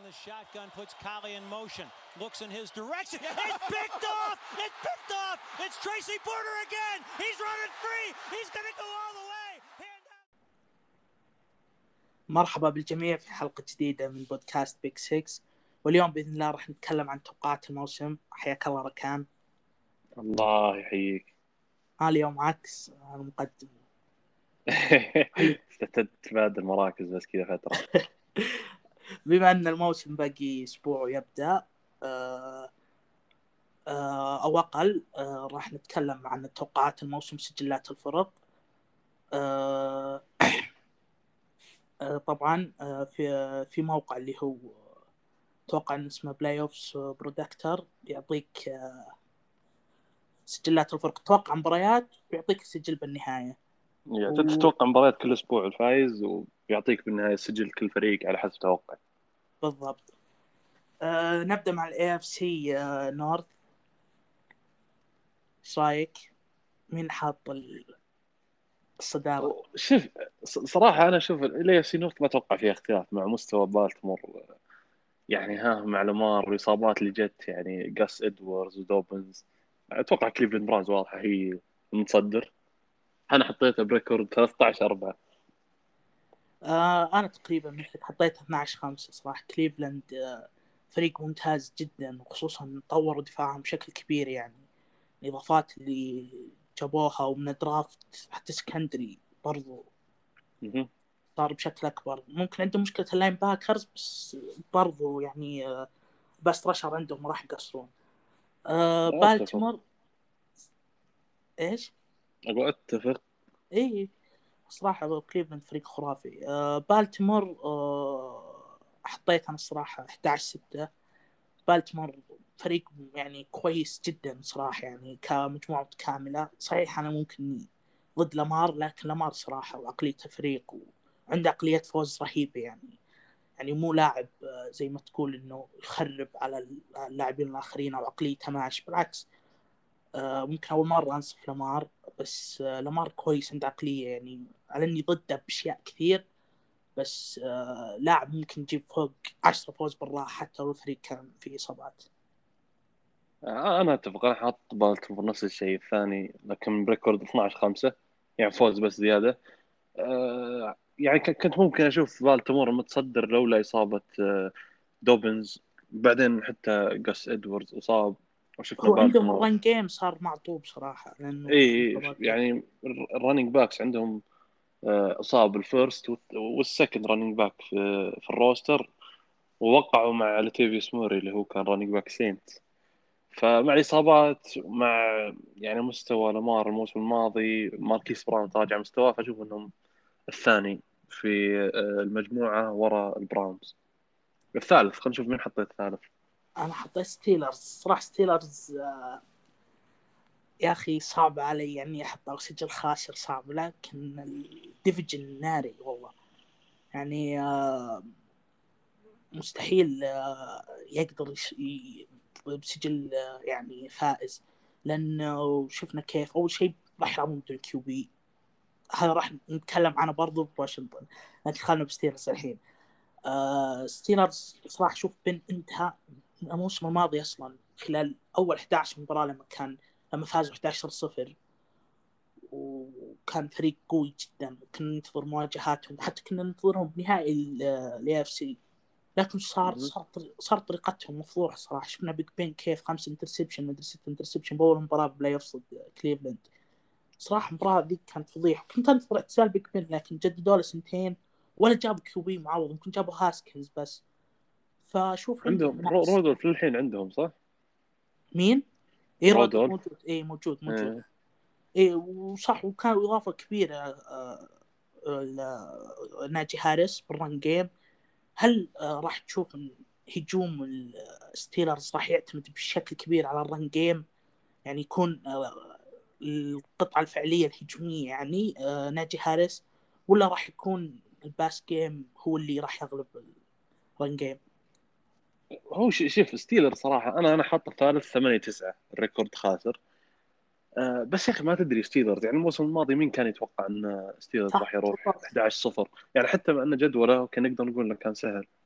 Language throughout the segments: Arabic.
the shotgun, puts Collie in motion, looks in his direction. It's picked off! It's picked off! It's Tracy Porter again! He's running free! He's going to go all the way! مرحبا بالجميع في حلقة جديدة من بودكاست بيك 6. واليوم بإذن الله راح نتكلم عن توقعات الموسم. حياك الله ركان. الله يحييك. اليوم عكس المقدم. تتبادل مراكز بس كذا فترة. بما أن الموسم باقي أسبوع ويبدأ أو أقل، راح نتكلم عن توقعات الموسم، سجلات الفرق. طبعا في موقع اللي هو توقع أن اسمه بلاي أوفس برودكتر يعطيك سجلات الفرق، توقع مباريات ويعطيك السجل بالنهاية. تتوقع مباريات كل أسبوع الفايز ويعطيك بالنهاية سجل كل فريق على حسب توقع. بالضبط. نبدأ مع AFC نورث. ايش رايك؟ مين حاط الصدارة؟ شوف صراحة أنا أشوف AFC نورث ما أتوقع فيها اختلاف مع مستوى بالتمور، يعني مع لامار والإصابات اللي جت، يعني جاس إدواردز ودوبنز. أتوقع كليفلاند براونز واضحة هي المتصدر. أنا حطيتها بريكورد 13-4. أنا تقريبا مثلك حطيتها 12-5. صراحة كليفلاند فريق ممتاز جدا، وخصوصا طوروا دفاعهم بشكل كبير. يعني الإضافات اللي جابوها ومن الدرافت حتى سكندري برضو صار بشكل أكبر. ممكن عندهم مشكلة اللاين باكرز، بس برضو يعني بس رشر عندهم راح يقصرون. بالتمور إيش؟ أقول أتفق. إيه صراحة كليفلاند فريق خرافي. بالتمور حطيت أنا الصراحة 11-6. بالتمور فريق يعني كويس جدا صراحة، يعني كمجموعة كاملة. صحيح أنا ممكن ضد لامار، لكن لامار صراحة وعقليته فريق وعنده عقلية فوز رهيبة. يعني مو لاعب زي ما تقول إنه يخرب على اللاعبين الآخرين أو عقليته ماشي، بالعكس. ممكن أول مرة أنصف لامار، بس لامار كويس، عنده عقلية. يعني على إني ضده بأشياء كثير، بس لاعب ممكن يجيب فوق 10 فوز بالراحة حتى لو الفريق كان فيه إصابات. أنا أتفق. أنا حاط بالتمور نفس الشيء الثاني، لكن بريكورد 12-5، يعني فوز بس زيادة. يعني كنت ممكن أشوف بالتمور متصدر لولا إصابة دوبنز، بعدين حتى جاس إدواردز أصاب وشفنا هو عندهم بالتمور. الرن جيم صار معطوب صراحة، لأنه يعني الرننج باكس عندهم أصاب الفيرست والسكند رننج باك في الروستر، ووقعوا مع لاتيفيوس موري اللي هو كان رننج باك سينت. فمع الإصابات، مع يعني مستوى لامار الموسم الماضي، ماركيس براون تراجع مستواه، فأشوف أنهم الثاني في المجموعة وراء البراونز. الثالث خلينا نشوف مين حطيت الثالث. أنا حطيت ستيلرز. صراحة ستيلرز يا أخي صعب علي يعني أحطه سجل خاسر، صعب، لكن الديفيجن ناري والله. يعني مستحيل يقدر بسجل يعني فائز، لأنه شفنا كيف أول شيء راح يلعبون بدون QB. هذا راح نتكلم عنه برضو بواشنطن، لكن خلنا بستيلرز الحين. ستيلرز صراحة شوف بن انتهى الموسم الماضي أصلا خلال أول 11 مباراة لما فازوا 11-0، وكان فريق قوي جدا. كنا ننتظر مواجهاتهم، حتى كنا ننتظرهم بنهائي ال AFC، لكن صار طريقتهم مفضوحة صراحة. شفنا بيج بين كيف 5 انترسبشن مدري 6 انترسبشن بأول مباراة بلاي أوف ضد كليفلاند. صراحة المباراة ذيك كانت فضيحة. كنت أنتظر اعتزال بيج بين، لكن جددوا له سنتين ولا جابوا QB معوض، يمكن جابوا هاسكنز بس. فشوف عندهم رودولف الحين عندهم صح؟ مين؟ إيه رودولف موجود. إيه موجود. إيه وصح، وكان إضافة كبيرة ناجي هاريس بالرن جيم. هل راح تشوف إن هجوم الستيلرز راح يعتمد بشكل كبير على الرن جيم، يعني يكون القطعة الفعلية الهجومية يعني ناجي هاريس، ولا راح يكون الباس جيم هو اللي راح يغلب الرن جيم؟ هو شوف ستيلر صراحة أنا حاطه ثالث 8-9 الريكورد خاسر. بس يا أخي ما تدري ستيلرز، يعني الموسم الماضي مين كان يتوقع أن ستيلرز راح يروح 11-0؟ يعني حتى مع أن جدوله كان نقدر نقول أنه كان سهل.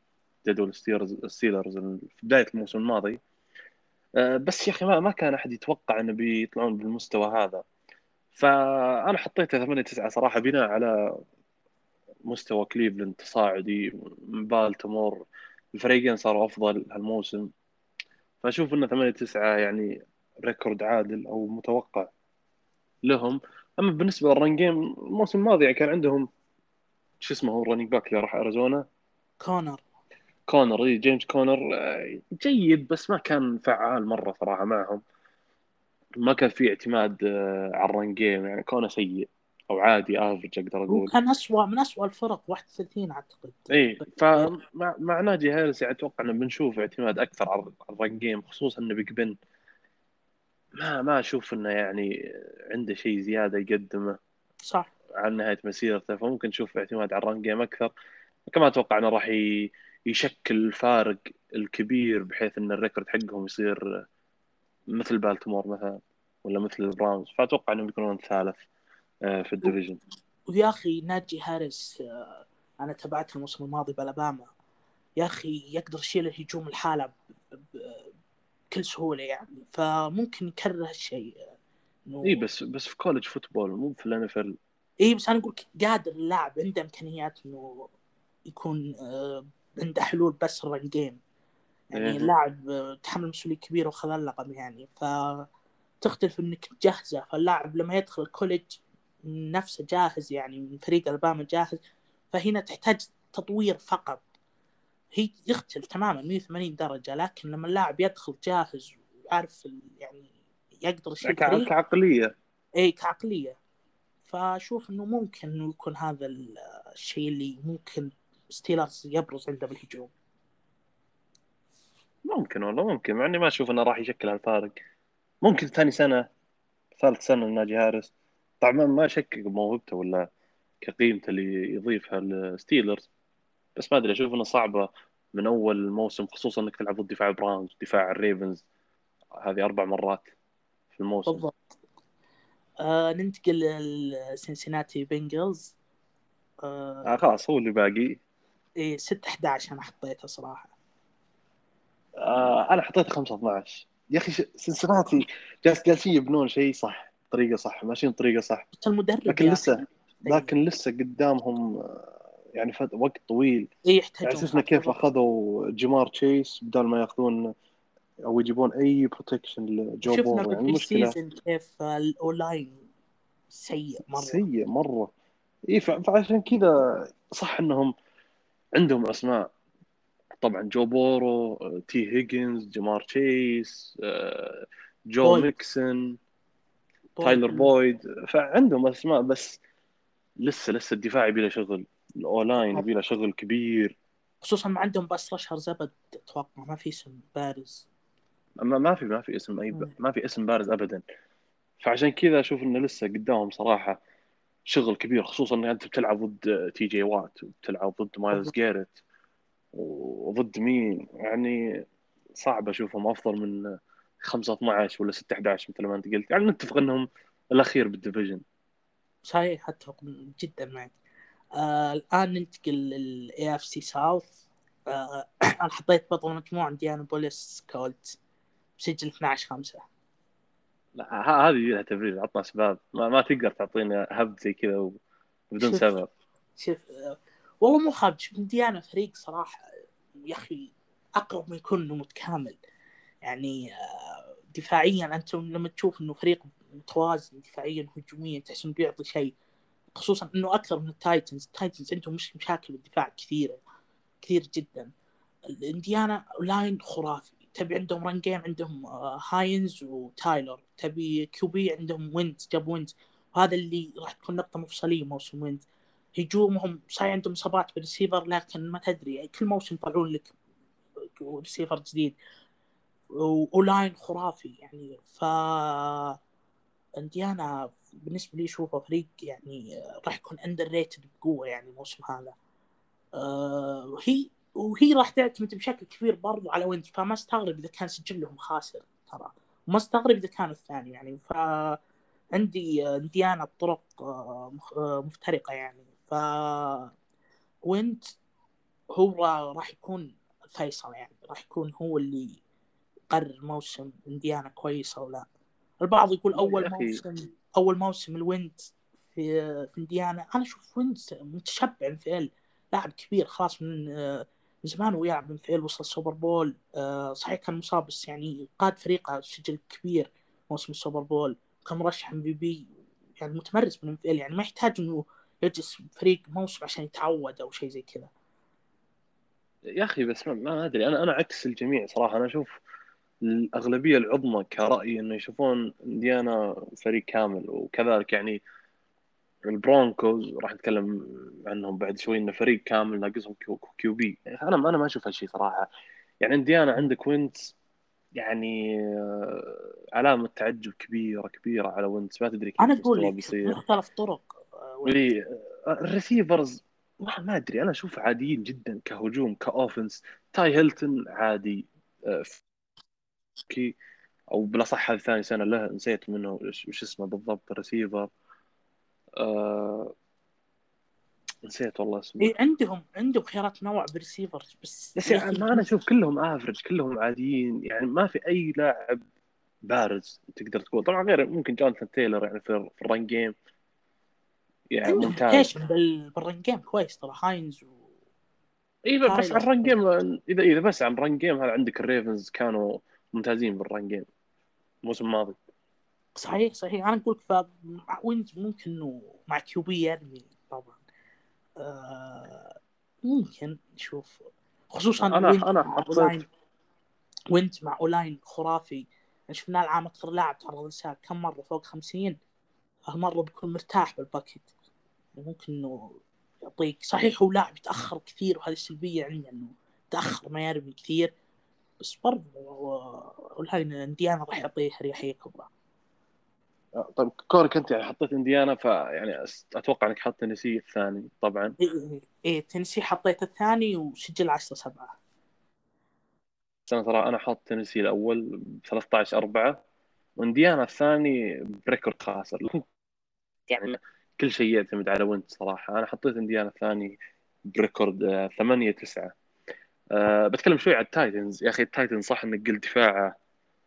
جدول الستيلرز في بداية الموسم الماضي. بس يا أخي ما كان أحد يتوقع أنه بيطلعون بالمستوى هذا. فأنا حطيته 8-9 صراحة، بناء على مستوى كليفلاند تصاعدي من بالتمور، الفريقين صاروا أفضل هالموسم. فأشوف أنه 8-9 يعني ريكورد عادل أو متوقع لهم. أما بالنسبة للرن جيم الموسم الماضي يعني كان عندهم شو اسمه هو الرننج باك اللي راح أريزونا، كونر. جيمس كونر جيد بس ما كان فعال مرة صراحة معهم. ما كان في اعتماد على الرن جيم، يعني كونه سيء أو عادي افرج أقدر هو أقول. كان من أسوأ الفرق 31 أعتقد. اي فمع ناجي هارس يعني اتوقع ان بنشوف اعتماد اكثر على الرن جيم، خصوصا ان بيج بن ما اشوف انه يعني عنده شيء زياده يقدمه صح. عن نهايه مسيرته، فممكن نشوف اعتماد على الرن جيم اكثر. كما اتوقع انه راح يشكل الفارق الكبير بحيث ان الريكورد حقهم يصير مثل بالتمور مثلا ولا مثل البراونز. فاتوقع انهم بيكونون الثالث في الديفيجن. ويا أخي ناجي هاريس أنا تابعت الموسم الماضي بالاباما، يا أخي يقدر يشيل الهجوم الحالة بكل سهولة يعني، فممكن يكرر هالشيء اي إنه. بس في كولج فوتبول مو في الان اف ال. إيه بس أنا أقول قادر اللاعب عنده إمكانيات إنه يكون عنده حلول، بس الرن جيم يعني اللاعب تحمل مسؤولية كبيرة وخذ اللقب يعني، فتختلف إنك تجهزه. فاللاعب لما يدخل الكوليج نفسه جاهز يعني من فريق الباما جاهز، فهنا تحتاج تطوير فقط. هي يختلف تماما 180 درجة. لكن لما اللاعب يدخل جاهز وعارف يعني يقدر يشيل فريق، كعقليه. اي كعقلية، فاشوف انه ممكن انه يكون هذا الشيء اللي ممكن ستيلرز يبرز عنده بالهجوم. ممكن والله ممكن، مع اني ما اشوف انه راح يشكل هالفارق. ممكن ثاني سنه ثالث سنه لناجي هارس. طبعا ما اشكك بموهبته ولا كقيمته اللي يضيفها الستيلرز، بس ما ادري اشوف انه صعبه من اول موسم، خصوصا انك تلعب ضد دفاع براونز ودفاع الريفنز، هذه 4 مرات في الموسم. بالضبط. ننتقل للسنسيناتي بنجلز. خلاص هو اللي باقي. إيه 6-11 أنا حطيته صراحة. انا حطيت 5-12 يا اخي. سنسناتي جالسين يبنون شيء صح، طريقه صح، ماشيين طريقه صح. بس المدرب لكن يا لسه أخي سيء. لكن لسه قدامهم يعني وقت طويل. إيه يعني يحتاجون شفنا صح كيف بالضبط. اخذوا جمار تشيس بدل ما ياخذون او يجيبون اي بروتكشن لجو وشفنا بورو. يعني بالبري المشكله سيزن كيف الأولاين سيء مرة. سيء مره. اي فعشان كذا صح انهم عندهم اسماء، طبعا جو بورو، تي هيجنز، جمار تشيس، جو بويد ميكسون، بويد تايلر بويد. فعندهم اسماء بس لسه الدفاع يبي له شغل، الاولاين يبي له شغل كبير. خصوصا ما عندهم بس رشهر زبد، أتوقع ما في اسم بارز. ما في اسم ما في اسم بارز ابدا. فعشان كذا اشوف انه لسه قدامهم صراحه شغل كبير، خصوصا ان انت بتلعب ضد تي جي وات وبتلعب ضد مايلز جاريت وضد مين يعني. صعب اشوفهم افضل من 5-12 ولا 6-11 مثل ما انت قلت. يعني نتفق انهم الاخير بالديفيجن. صحيح أتفق جدا معك. الآن ننتقل لل AFC South. أنا حطيت بطل مجموعة إنديانا بوليس كولت بسجل 12-5. لا هذه لها تبرير، عطنا اسباب. ما تقدر تعطينا هبد زي كذا وبدون شوف سبب. شوف والله مو خاب. شوف إنديانا فريق صراحة يا أخي أقرب ما يكون إنه متكامل يعني. دفاعيا أنت لما تشوف إنه فريق متوازن دفاعيا هجوميا تحس إنه بيعطي شيء، خصوصا إنه أكثر من التايتنز عندهم مشاكل بالدفاع كثيرة كثير جدا. الانديانا لاين خرافي، تبي عندهم ران جيم، عندهم هاينز وتايلر، تبي كيوبي عندهم وينز، جاب وينز، وهذا اللي راح تكون نقطة مفصلية موسم وينز. هجومهم صحيح عندهم إصابات بالريسيفر، لكن ما تدري يعني كل موسم يطلعون لك ريسيفر جديد، ولاين خرافي يعني. انديانا بالنسبة لي شوفه فريق يعني راح يكون اندر ريتد بقوة يعني الموسم هذا. وهي راح تعتمد بشكل كبير برضو على وينز، فما استغرب إذا كان سجلهم خاسر ترى، وما استغرب إذا كان الثاني يعني. فعندي انديانا بطرق مفترقة يعني. وينز هو راح يكون فيصل، يعني راح يكون هو اللي يقرر موسم إنديانا كويس أو لا. البعض يقول يا أخي أول موسم الويند في إنديانا. أنا أشوف ويند متشبع NFL، لاعب كبير خلاص من زمان ويلعب NFL، وصل سوبر بول. صحيح كان مصاب بس يعني قاد فريقه سجل كبير موسم السوبر بول، كان مرشح MVP، يعني متمرس NFL، يعني ما يحتاج إنه يجلس فريق موسم عشان يتعود أو شيء زي كذا. يا أخي بس ما أدري، أنا عكس الجميع صراحة. أنا أشوف الأغلبية العظمى كرأي إنه يشوفون إنديانا فريق كامل، وكذلك يعني البرونكوز راح نتكلم عنهم بعد شوي إنه فريق كامل ناقصهم QB. أنا ما أشوف هالشيء صراحة. يعني إنديانا عندك وينتس، يعني علامة تعجب كبيرة كبيرة على وينتس، ما تدري أنا كيف أقول مستواه لك بيصير. مختلف طرق ويند. الريسيفرز ما ادري، انا اشوف عاديين جدا كهجوم كاوفنس. تاي هيلتون عادي، كي او بالاصح هذه ثاني سنه له، نسيت منه وش اسمه بالضبط الريسيفر. آه نسيت والله اسمه. إيه، عندهم خيارات نوع بريسيفرز، بس بس يا يعني أخي ما انا اشوف كلهم افرج، كلهم عاديين، يعني ما في اي لاعب بارز تقدر تقول. طبعا غير ممكن جوناثان تايلر يعني في الرن جيم يعني عندهم ممتاز. روتيشن بالرن جيم كويس ترى، هاينز اي بس عن وتايلر الرن جيم، كويس. اذا بس عن الرن جيم، هذا عندك الريفنز كانوا ممتازين بالرن جيم الموسم الماضي. صحيح انا اقول مع وينز ممكن انه مع QB يرمي طبعا. ممكن نشوف، خصوصا انا حطيت. وينز مع اولاين خرافي. شفناه العام اكثر لاعب تعرض لساك كم مره فوق 50. هالمره بيكون مرتاح بالباكيت، ممكن انه يعطيك. صحيح هو لاعب يتاخر كثير، وهذه السلبيه عنده انه تاخر ما يرمي كثير، بس برضه والهاي انديانا راح يعطيه اريحيه كبرى. طيب كونك انت يعني حطيت انديانا، فيعني اتوقع انك حط تينيسي الثاني طبعا. إيه تنسي حطيت الثاني وسجل 10-7. بس انا ترى انا حاط تينيسي الاول ب 13-4، وانديانا الثاني بريكورد خاسر. يعني كل شيء يعتمد على وينت صراحه. انا حطيت انديانا الثاني بريكورد 8-9. بتكلم شوي على التايتنز. يا اخي التايتنز صح انك قلت دفاعه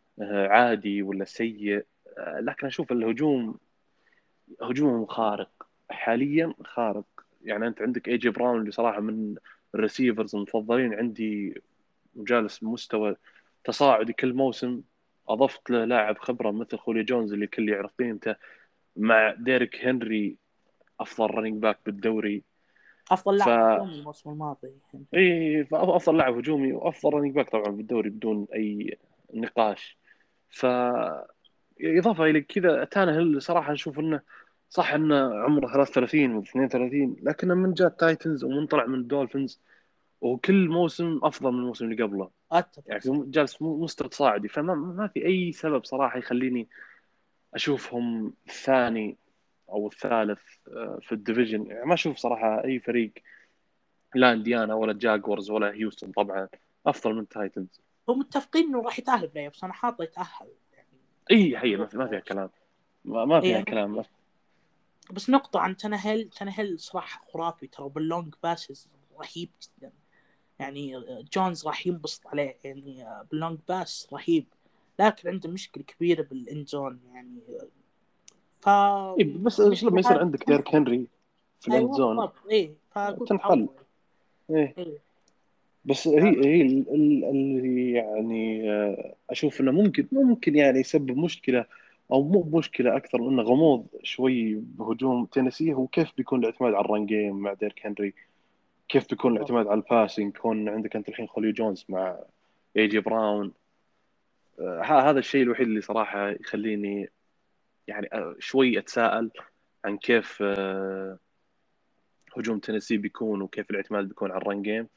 عادي ولا سيء، لكن اشوف الهجوم هجومهم خارق حاليا، خارق. يعني انت عندك AJ براون اللي صراحه من الريسيفرز المفضلين عندي، وجالس بمستوى تصاعدي كل موسم. اضفت له لاعب خبره مثل خولي جونز اللي الكل يعرف قيمته، مع ديريك هنري افضل رننج باك بالدوري. افضل ف لاعب هجومي الموسم الماضي هنري. افضل لاعب هجومي وافضل رننج باك طبعا بالدوري بدون اي نقاش. ف اضافه الى كذا تانهل صراحه نشوف انه صح انه عمره 33 و 32، لكنه من جاء التايتنز ومن طلع من الدولفينز وكل موسم افضل من الموسم اللي قبله. اتفق يعني صح. جالس مستوى تصاعدي، فما في اي سبب صراحه يخليني اشوفهم الثاني او الثالث في الديفيجن. يعني ما اشوف صراحه اي فريق، لا انديانا ولا جاكورز ولا هيوستن طبعا، افضل من التايتنز. هم متفقين انه راح يتاهل بلاي اوف، انا حاطه يتاهل يعني. اي هي ما فيها أتوقع. كلام، ما فيها إيه كلام. بس نقطة عن تنهل صراحة خرافي ترى باللونج باسز، رهيب جدا. يعني جونز راح ينبسط عليه، يعني باللونج باس رهيب، لكن عنده مشكلة كبيرة بالإنزون يعني. ف إيه بس المشكلة لما يصير هذه عندك ديرك تنحل. هنري في الاند أيوة زون بالضبط، إيه فأقول تنحل. تعوض. إيه إيه بس هي اللي يعني اشوف انه ممكن يعني يسبب مشكله، او مو مشكله اكثر من انه غموض شوي بهجوم تينيسي. هو كيف بيكون الاعتماد على الران جيم مع ديرك هنري؟ كيف بيكون بالضبط. الاعتماد على الباسنج كون عندك انت الحين خوليو جونز مع AJ براون؟ هذا الشيء الوحيد اللي صراحه يخليني يعني شوي اتساءل عن كيف هجوم تينيسي بيكون، وكيف الاعتماد بيكون على الران جيم.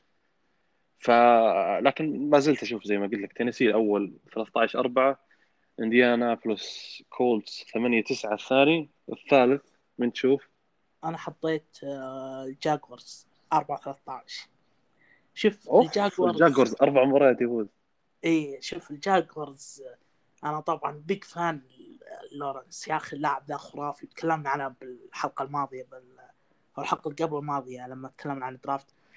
لكن ما زلت اشوف زي ما قلت لك تينيسي الاول 13-4، انديانا بلس كولتس 8-9 الثاني. الثالث من تشوف؟ أنا حطيت الجاكورز 4-13. شوف اوف الجاكورز. الجاكورز 4 مباريات يفوز. إيه شوف الجاكورز، انا طبعا بيج فان لورنس. يا اخي اللاعب ذا خرافي، تكلمنا عنه بالحلقه الماضيه او الحلقه اللي قبل الماضيه لما تكلمنا عن الدرافت.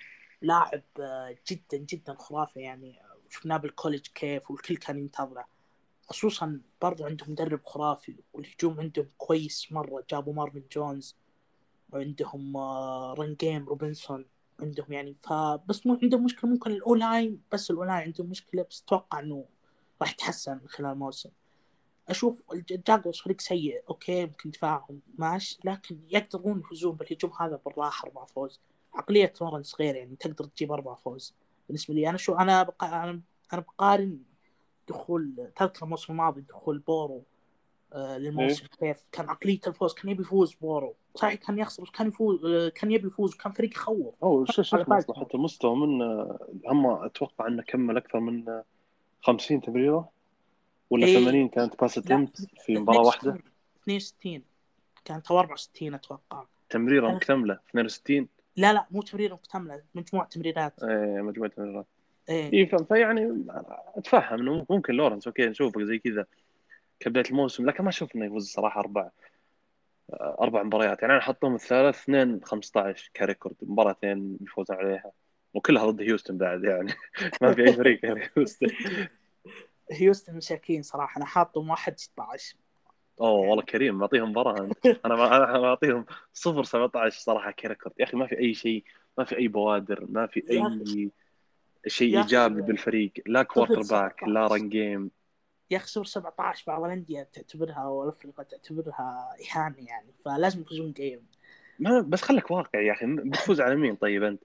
لاعب جدا جدا خرافي يعني. شفناه بالكوليج كيف والكل كان ينتظره، خصوصا برضو عندهم مدرب خرافي والهجوم عندهم كويس مرة. جابوا مارفن جونز وعندهم رن جيم روبنسون عندهم يعني. فبس مو عندهم مشكلة، ممكن الأولاين، بس الأولاين عندهم مشكلة، بس أتوقع إنه راح يتحسن خلال الموسم. أشوف الجاكوز فريق سيء، أوكي ممكن دفاعهم ماشي، لكن يقدرون يفوزون بالهجوم هذا بالراحة 4 فوز. عقلية لورنس غير يعني، تقدر تجيب 4 فوز. بالنسبة لي أنا شو أنا بقارن دخول تذكر الموسم الماضي دخول بورو ايه للموسم كيف كان عقلية الفوز. كان يبي يفوز بورو صحيح، كان يخسر بس كان يفوز. كان يبي يفوز وكان فريق يخوف هو على شفنا اصلا بالتمور. حتى المستوى من هم اتوقع انه كمل اكثر من 50 تمريره ولا اي 80 كانت باس لا، اتمت في مباراه واحده. 62 62 كانت أو 64 اتوقع. تمريره أنا مكتمله 62. لا لا، مو تمرير مكتملة، مجموعة تمريرات. مجموعه تمريرات. ايه اي فيعني اتفهم انه ممكن لورنس اوكي نشوفه زي كذا كبدايه الموسم، لكن ما اشوف انه يفوز الصراحه 4 مباريات. يعني انا احطهم الثالث 2-15 كريكورد، مباراتين بيفوزون عليها وكلها ضد هيوستن بعد يعني. ما في اي فريق غير هيوستن. هيوستن مساكين صراحة، أنا حاطهم 1-16 اوه والله يعني. كريم معطيهم مباراه انت. أنا معطيهم 0-17 صراحه كريكورد. يا اخي ما في اي شيء، ما في اي بوادر، ما في يا أخي اي شيء يا أخي ايجابي بالفريق، لا صفر كوارتر باك لا 17 رن جيم. يا أخي 0-17 بعض الأندية تعتبرها والأفريقيا تعتبرها إهانة يعني، فلازم يفوزون جيم. ما بس خليك واقعي يا اخي، بتفوز على مين طيب انت؟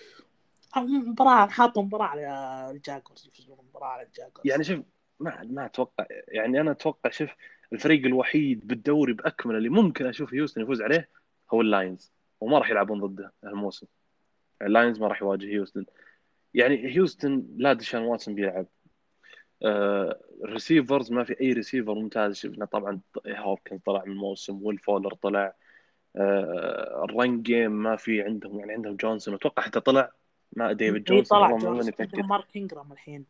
مباراة حاطة مباراة على الجاكورز، يفوزون مباراة على يعني الجاكورز. شوف، ما اتوقع. يعني انا اتوقع شوف، الفريق الوحيد بالدوري باكمله اللي ممكن اشوف هيوستن يفوز عليه هو اللاينز، وما راح يلعبون ضده الموسم. اللاينز ما راح يواجه هيوستن. يعني هيوستن لا ديشان واتسون بيلعب. الريسيفرز ما في اي ريسيفر ممتاز شفنا طبعا. هوبكنز طلع من الموسم والفولر طلع. الرن جيم ما في عندهم، يعني عندهم جونسون اتوقع حتى طلع. ما ديفيد اي جونسون طلع والله ما جونز، متاكد. عندهم مارك انجرام الحين.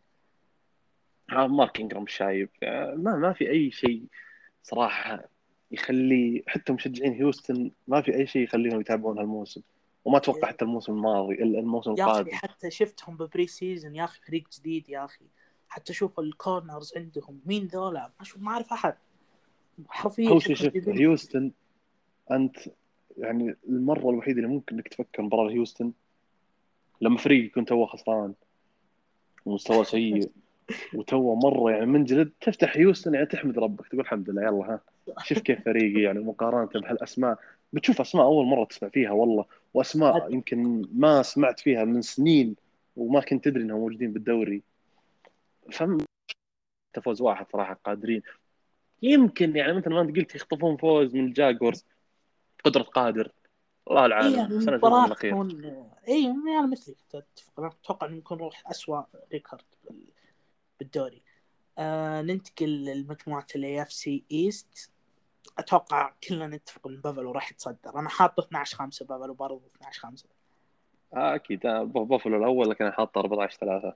مارك انجرام شايب. ما في اي شيء صراحه يخلي حتى مشجعين هيوستن، ما في اي شيء يخليهم يتابعون هالموسم. وما اتوقع حتى الموسم الماضي الموسم يا اخي القادم. حتى شفتهم ببري سيزون يا اخي، فريق جديد يا اخي. حتى شوف الكورنرز عندهم مين ذولا، ما اعرف احد حرفيا، هو شكلهم شوف جديد. هيوستن، انت يعني المره الوحيده اللي ممكن انك تفكر مباراه هيوستن لما فريق يكون توه خسران ومستوى سيء وتوه مره يعني من جلد، تفتح هيوستن يعني تحمد ربك تقول الحمد لله يلا ها. شوف كيف فريقي يعني مقارنه بهالاسماء. بتشوف اسماء اول مره تسمع فيها والله، واسماء يمكن ما سمعت فيها من سنين وما كنت تدري انهم موجودين بالدوري. فم فوز واحد صراحه قادرين. يمكن يعني مثل ما انت قلت يخطفون فوز من الجاكورز، قدره قادر الله اي العالم، يعني بس انا اشوفهم المباراة الاخير. تكون، اي يعني انا مثلك اتفق، انا اتوقع انه يكون روح اسوأ ريكورد بالدوري. ننتقل لمجموعة الاي اف سي ايست. اتوقع كلنا نتفق ان بافلو راح يتصدر. انا حاط 12-5 بافلو، برضه 12-5. اكيد بافلو الاول، لكن حاط 14-3.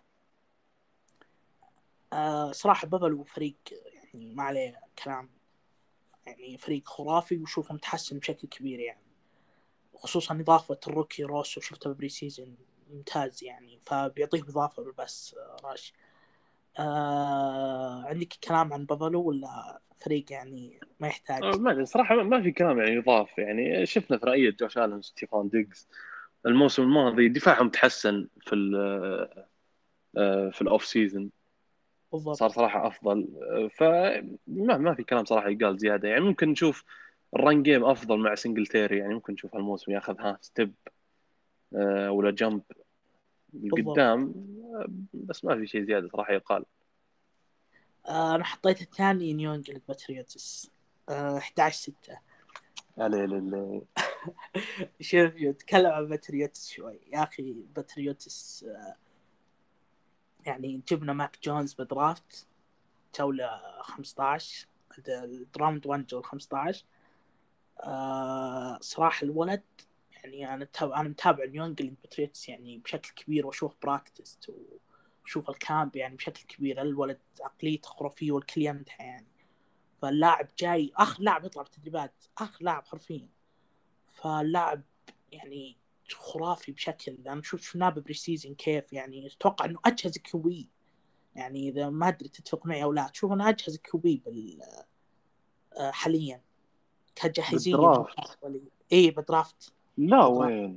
صراحة بافلو فريق يعني ما عليه كلام، يعني فريق خرافي وشوفه متحسن بشكل كبير يعني. خصوصا إضافة الروكي روسو، شفته بري سيزون ممتاز يعني، فبيعطيه إضافة بس راش. عندك كلام عن بافلو ولا فريق يعني ما يحتاج؟ ما أدري صراحة، ما في كلام يعني يضاف. يعني شفنا ثنائية جوش آلن وستيفان ديجز الموسم الماضي، دفاعهم تحسن في الأوف سيزون، صار بالضبط. صراحة أفضل. فما في كلام صراحة يقال زيادة. يعني ممكن نشوف الرن جيم أفضل مع سنجلتيري، يعني ممكن نشوف هالموسم ياخذ ستيب ولا جمب بالضبط. لقدام. بس ما في شيء زيادة صراحة يقال. أنا حطيت الثاني نيو إنجلاند باتريوتس 11-6. عليه شوف نتكلم عن باتريوتس شوي يا أخي. باتريوتس يعني جبنا ماك جونز بدرافت جولة 15، الراوند 1 جولة 15. صراحة الولد يعني أنا متابع نيو إنجلاند باتريوتس يعني بشكل كبير، وأشوف براكتس وأشوف الكامب يعني بشكل كبير. الولد عقليته خرافية والكل يمدحه يعني. فاللاعب لاعب يطلع بالتدريبات، لاعب حرفيا. فاللاعب يعني خرافي بشكل. أنا شفناه ببري سيزن كيف، يعني أتوقع إنه أجهز كيوبي، يعني إذا ما أدري تتفق معي أو لا، تشوف أنه أجهز كيوبي حاليا كجاهزية بالدرافت بالنسبة لي. إيه بدرافت. لا بدرافت وين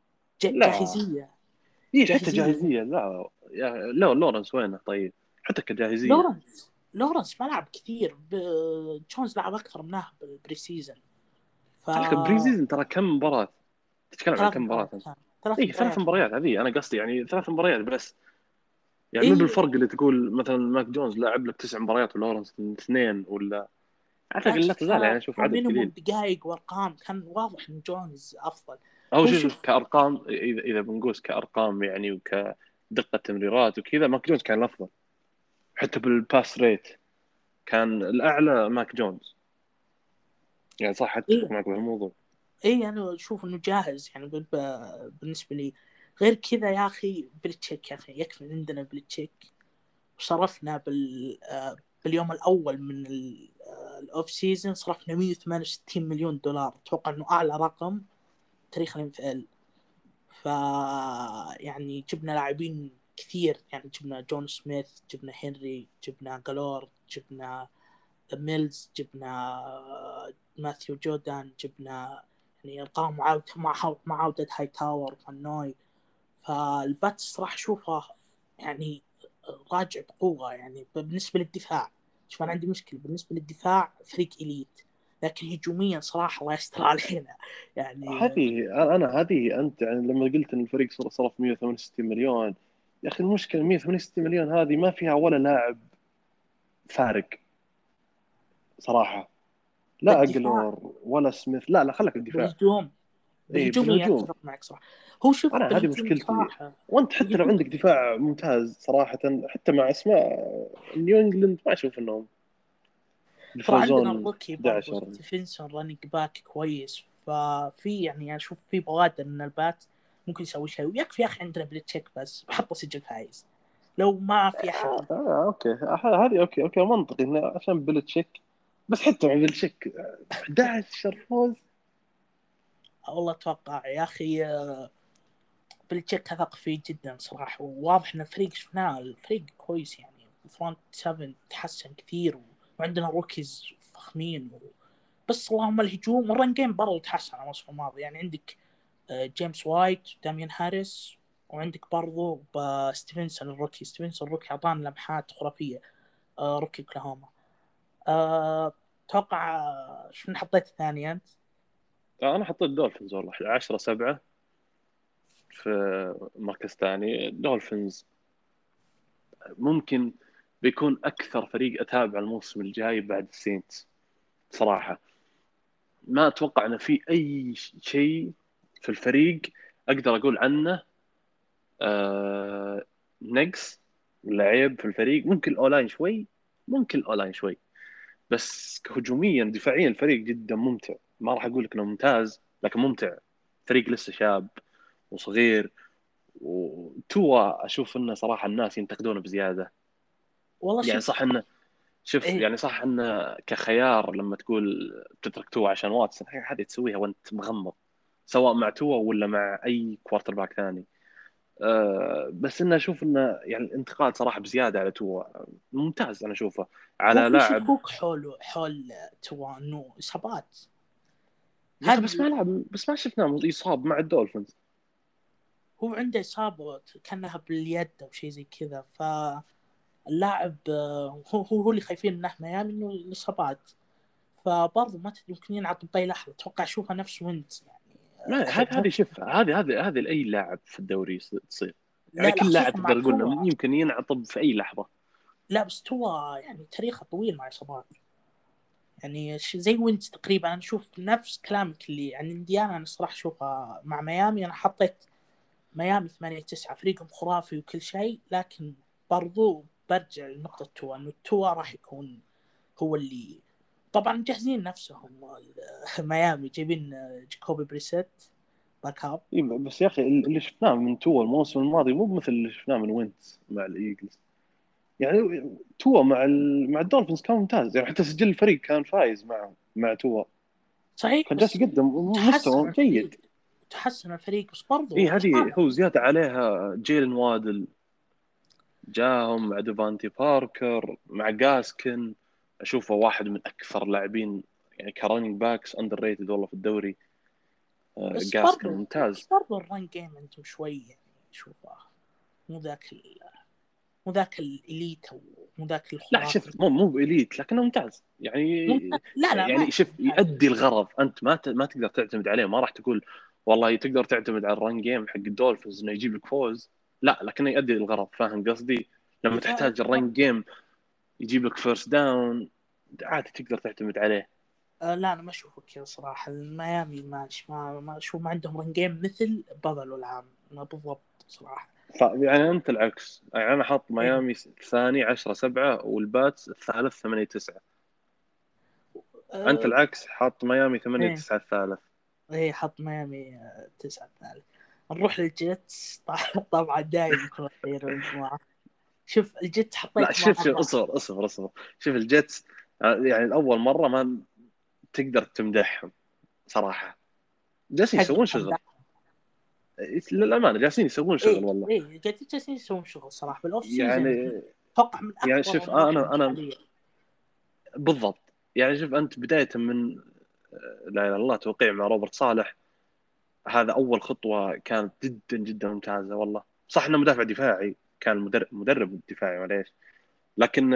لا جاهزية. إيه حتى جاهزية. جاهزية لا لا لورنس وينه طيب حتى كجاهزية لورنس ما لعب كثير. جونز لعب أكثر منه بالبري سيزن. ف على فكرة بري سيزن ترى كم مباراة تتكلم عن 3 كم مباراة مباريات أنت؟ كان. 3 إيه ثلاث مباريات كان. مباريات هذه أنا قصدي يعني 3 مباريات بس يعني مو إيه بالفرق اللي تقول مثلا ماك جونز لاعب لك 9 مباريات ولورنس 2 ولا اعتقد بالعكس، لا تزال يعني اشوف كان عدد مينيموم قليل. دقائق وارقام، كان واضح ان جونز افضل. هو هو شوف شوف. كارقام اذا بنقول كارقام يعني وكدقه تمريرات وكذا ماك جونز كان الافضل حتى بالباس ريت كان الاعلى ماك جونز يعني صح اتفق ايه معك بهالموضوع. ايه انا اشوف انه جاهز يعني بالنسبه لي. غير كذا يا اخي بلتشيك، يا اخي يكفي عندنا بلتشيك. وصرفنا باليوم الاول من الاوف سيزون صرفنا 168 مليون دولار. اتوقع انه اعلى رقم تاريخ الام في ال. ف يعني جبنا لاعبين كثير، يعني جبنا جون سميث، جبنا هنري، جبنا جالور، جبنا ميلز، جبنا ماثيو جودان، جبنا يعني ارقام مع عودة هاي تاور فانوي. فالباتس راح اشوفه يعني راجع بقوة. يعني بالنسبة للدفاع، شوف انا عندي مشكلة بالنسبة للدفاع، فريق اليت، لكن هجوميا صراحة الله يستر علينا يعني. هذه انت يعني لما قلت ان الفريق صرف 168 مليون يا اخي المشكله 168 مليون هذه ما فيها ولا لاعب فارق صراحه لا بالدفاع. اجلور ولا سميث لا خلك الدفاع. بالهجوم. اي بالهجوم بالهجوم اتفق معك صراحة. هو شوف انا هذه بالهجوم مشكلتي. صراحة. وانت حتى لو بالهجوم عندك دفاع ممتاز صراحه حتى مع اسماء نيو انجلاند ما اشوف انهم ترى عندنا بيفوزون الروكي برضو 11. ستيفنسون رانينج باك كويس. ففي يعني اشوف في بوادر ان البات ممكن يسوي شيء. ويكفي يا اخي عندنا بلتشيك بس بحطه سجل فايز لو ما في احد. اوكي هذه اوكي منطقي عشان بلتشيك بس حتى مع بلتشيك 11 فوز. والله اتوقع يا اخي بلتشيك اثق فيه جدا صراحه. وواضح ان الفريق شفناه الفريق كويس يعني. فرونت 7 تحسن كثير وعندنا روكيز فخمين بس اللهم الهجوم والرن جيم برضو تحسن على الموسم الماضي. يعني عندك جيمس وايت، داميان هاريس، وعندك برضو ستيفنسون الروكي. ستيفنسون الروكي اعطانا لمحات خرافيه. روكي اوكلاهوما. اتوقع شو حطيت الثاني انت؟ انا حطيت دولفينز والله 10-7 في مركز ثاني. دولفينز ممكن بيكون اكثر فريق اتابع الموسم الجاي بعد السينتس صراحه. ما اتوقع انه في اي شيء في الفريق اقدر اقول عنه نقص ولا عيب في الفريق. ممكن الاولاين شوي ممكن الاولاين شوي بس هجوميا دفاعيا الفريق جدا ممتع. ما راح اقول لك انه ممتاز لكن ممتع. فريق لسه شاب وصغير وتوا اشوف انه صراحه الناس ينتقدونه بزياده. والله يعني صح شوف. انه شوف ايه يعني صح انه كخيار لما تقول تترك توا عشان واتسون هذه تسويها وانت مغمض سواء مع توا ولا مع اي كوارتر باك ثاني. بس انه اشوف انه يعني الانتقاد صراحه بزياده على توا. ممتاز انا اشوفه هو على في لاعب. شكوك حول توا انه اصابات. يا اخي بس هذه ما لعب بس ما شفناه يصاب مع الدولفينز. هو عنده اصابه كانها باليد او شيء زي كذا. فاللاعب هو اللي خايفين انه ميامي انه الاصابات. فبرضه ما تدري يمكن ينعط باي لحظه. اتوقع اشوفها نفس وينت يعني. ما هذه نفس. شوف هذه لاي لاعب في الدوري تصير. يعني لا لا كل لاعب خصوصا مع تقدر تقول توا. انه يمكن ينعطب في اي لحظه. لا بس توا يعني تاريخه طويل مع اصابات. يعني زي وينت تقريبا. انا اشوف نفس كلامك اللي عن انديانا. انا الصراحه اشوفها مع ميامي. انا حطيت ميامي 8-9 فريقهم خرافي وكل شيء. لكن برضو برجع لنقطة توا انه توا راح يكون هو اللي طبعا مجهزين نفسهم. ميامي جايبين جاكوبي بريسيت باك اب. إيه بس يا اخي اللي شفناه من توا الموسم الماضي مو مثل اللي شفناه من وينتس مع الايجلز. يعني توا مع الدولفينز كان ممتاز يعني حتى سجل الفريق كان فايز مع توا صحيح كان جالس بس يقدم تحسن مستوى الفريق. جيد. تحسن الفريق، بس برضو اي هذه هو زياده عليها جيلن وادل جاهم مع ديفانتي باركر مع جاسكن، اشوفه واحد من اكثر لاعبين يعني كرانينج باكس اندر ريتد والله في الدوري. جاسكن بس ممتاز. برضو الرن جيم عندهم شوي يعني شوفه مو ذاك الإليت أو مو ذاك لا الخرافي. شوف مو بإليت لكنه ممتاز لا ما يعني أحكي شوف ممتاز. يؤدي الغرض. انت ما تقدر تعتمد عليه، ما راح تقول والله تقدر تعتمد على الرن جيم حق الدولفينز انه يجيب لك فوز، لا لكنه يؤدي الغرض. فاهم قصدي؟ لما تحتاج الرن جيم يجيب لك فيرست داون عادي تقدر تعتمد عليه. لا أنا ما أشوفه كذا صراحة. الميامي ما أشوف ما عندهم رن جيم مثل بابلو العام، ما بالضبط صراحة. يعني انت العكس، يعني انا حاط إيه. ميامي الثاني 10-7 والباتس الثالث 8-9. انت أه. العكس حاط ميامي إيه. 8-9 الثالث. إيه حط ميامي 9 ثالث. نروح للجيتس. طبعا دايم يكون خير المجموعة. شوف الجيتس لا حطيتهم شوف أربعة. اصبر. شوف الجيتس يعني اول مره ما تقدر تمدحهم صراحه، جالسين حق يسوون شغل. للامانه جالسين يسوون شغل ايه والله. ايه جالسين يسوون شغل صراحه بالاوف سيزون. يعني اتوقع من يعني اكبر شوف المراحل انا حاليا. بالضبط. يعني شوف انت بدايه من لا اله الا الله توقيع مع روبرت صالح، هذا اول خطوه كانت جدا جدا ممتازه والله. صح انه مدافع دفاعي، كان مدرب دفاعي معليش، لكن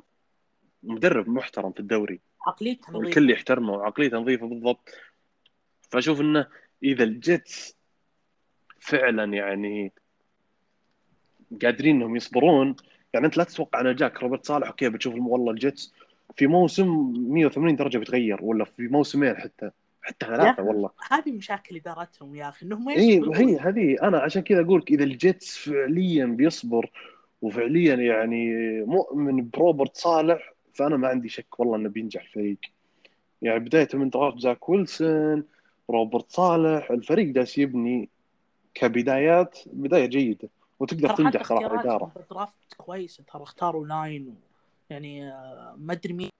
مدرب محترم في الدوري عقليته والكل نظيفه. يحترمه وعقليته نظيفه بالضبط. فاشوف انه اذا الجيتس فعلا يعني قادرين انهم يصبرون، يعني انت لا تتوقع ان جاك روبرت صالح اوكي بتشوف والله الجيتس في موسم 180 درجه بيتغير، ولا في موسمين حتى يا ثلاثه اخي والله. هذه مشاكل ادارتهم يا اخي، انهم ما اي يصبرون. هي هذه انا عشان كذا اقول لك اذا الجيتس فعليا بيصبر وفعليا يعني مؤمن بروبرت صالح، فانا ما عندي شك والله انه بينجح الفريق. يعني بدايه من درافت زاك ويلسون، روبرت صالح، الفريق جالس يبني كبدايات بدايه جيده وتقدر ترى حتى تنجح صراحه اختياراتهم اداره. بالدرافت كويسه، ترى اختاروا لاين يعني ما ادري مين.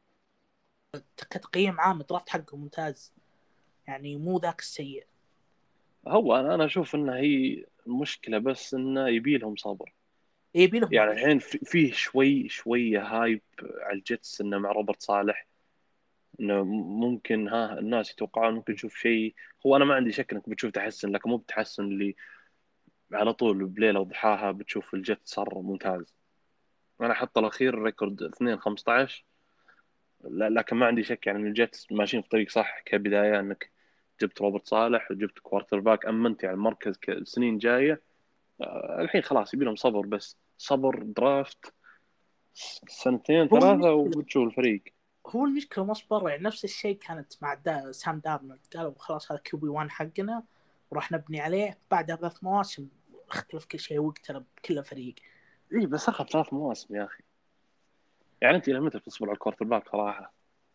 كتقييم عام الدرافت حقه ممتاز، يعني مو ذاك السيء. هو انا اشوف ان هي المشكله بس انه يبي لهم صبر. يبي لهم يعني وقت. الحين فيه شويه هايب على الجيتس انه مع روبرت صالح، انه ممكن الناس يتوقعون ممكن نشوف شيء. هو انا ما عندي شك انك بتشوف تحسن، لكن مو بتحسن اللي على طول بليله وضحاها بتشوف الجيت صار ممتاز. انا حط الاخير ريكورد 2-15، لكن ما عندي شك يعني ان الجيتس ماشيين في طريق صح كبدايه، انك جبت روبرت صالح وجبت كوارتر باك امنت يعني المركز السنين جايه. الحين خلاص يبي لهم صبر، بس صبر درافت سنتين هو ثلاثة المشكله وبتشوف الفريق. مصبر يعني نفس الشيء كانت مع سام دارنولد. قالوا خلاص هذا كيو بي 1 حقنا وراح نبني عليه. بعدها ب3 مواسم اختلف كل شيء واقترب كل فريق. اي بس اخذ 3 مواسم يا اخي. يعني انت الى متى بتصبر على الكوارتر باك صراحة؟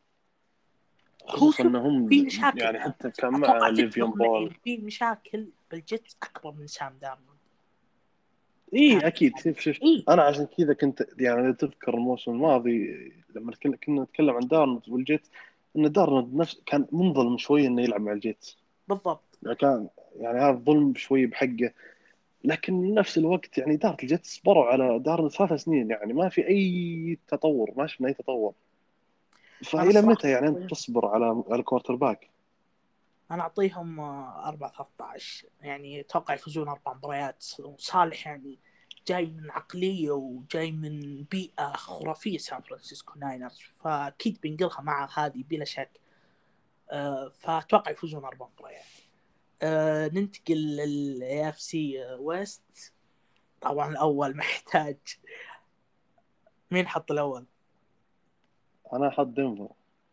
هو خصوصا شوف انهم في مشاكل. يعني حتى كان مع اتوقع ليفيون تتفق معي بول. إن في مشاكل بالجيتس اكبر من سام دارنولد. اي كانت اكيد. يعني شوف اي انا عشان كذا كنت يعني إذا تذكر الموسم الماضي لما كنا نتكلم عن دارنولد والجيتس، ان دارنولد نفس كان منظلم شوي انه يلعب مع الجيتس. بالضبط. يعني كان يعني هذا ظلم شوي بحقه، لكن نفس الوقت يعني إدارة الجيتس صبروا على دارنولد 3 سنين، يعني ما في أي تطور، ما شفنا أي تطور. انا فإلى الصراحه متى يعني أنت تصبر على الكوارتر باك؟ انا اعطيهم 4-13 يعني. اتوقع يفوزون 4 مباريات. وصالح يعني جاي من عقليه وجاي من بيئه خرافيه سان فرانسيسكو ناينرز، فاكيد بينقلها مع هذه بلا شك. فاتوقع يفوزون 4 مباريات. ننتقل للاي اف سي ويست. طبعا الاول محتاج. مين حط الاول؟ أنا أحط دنفر.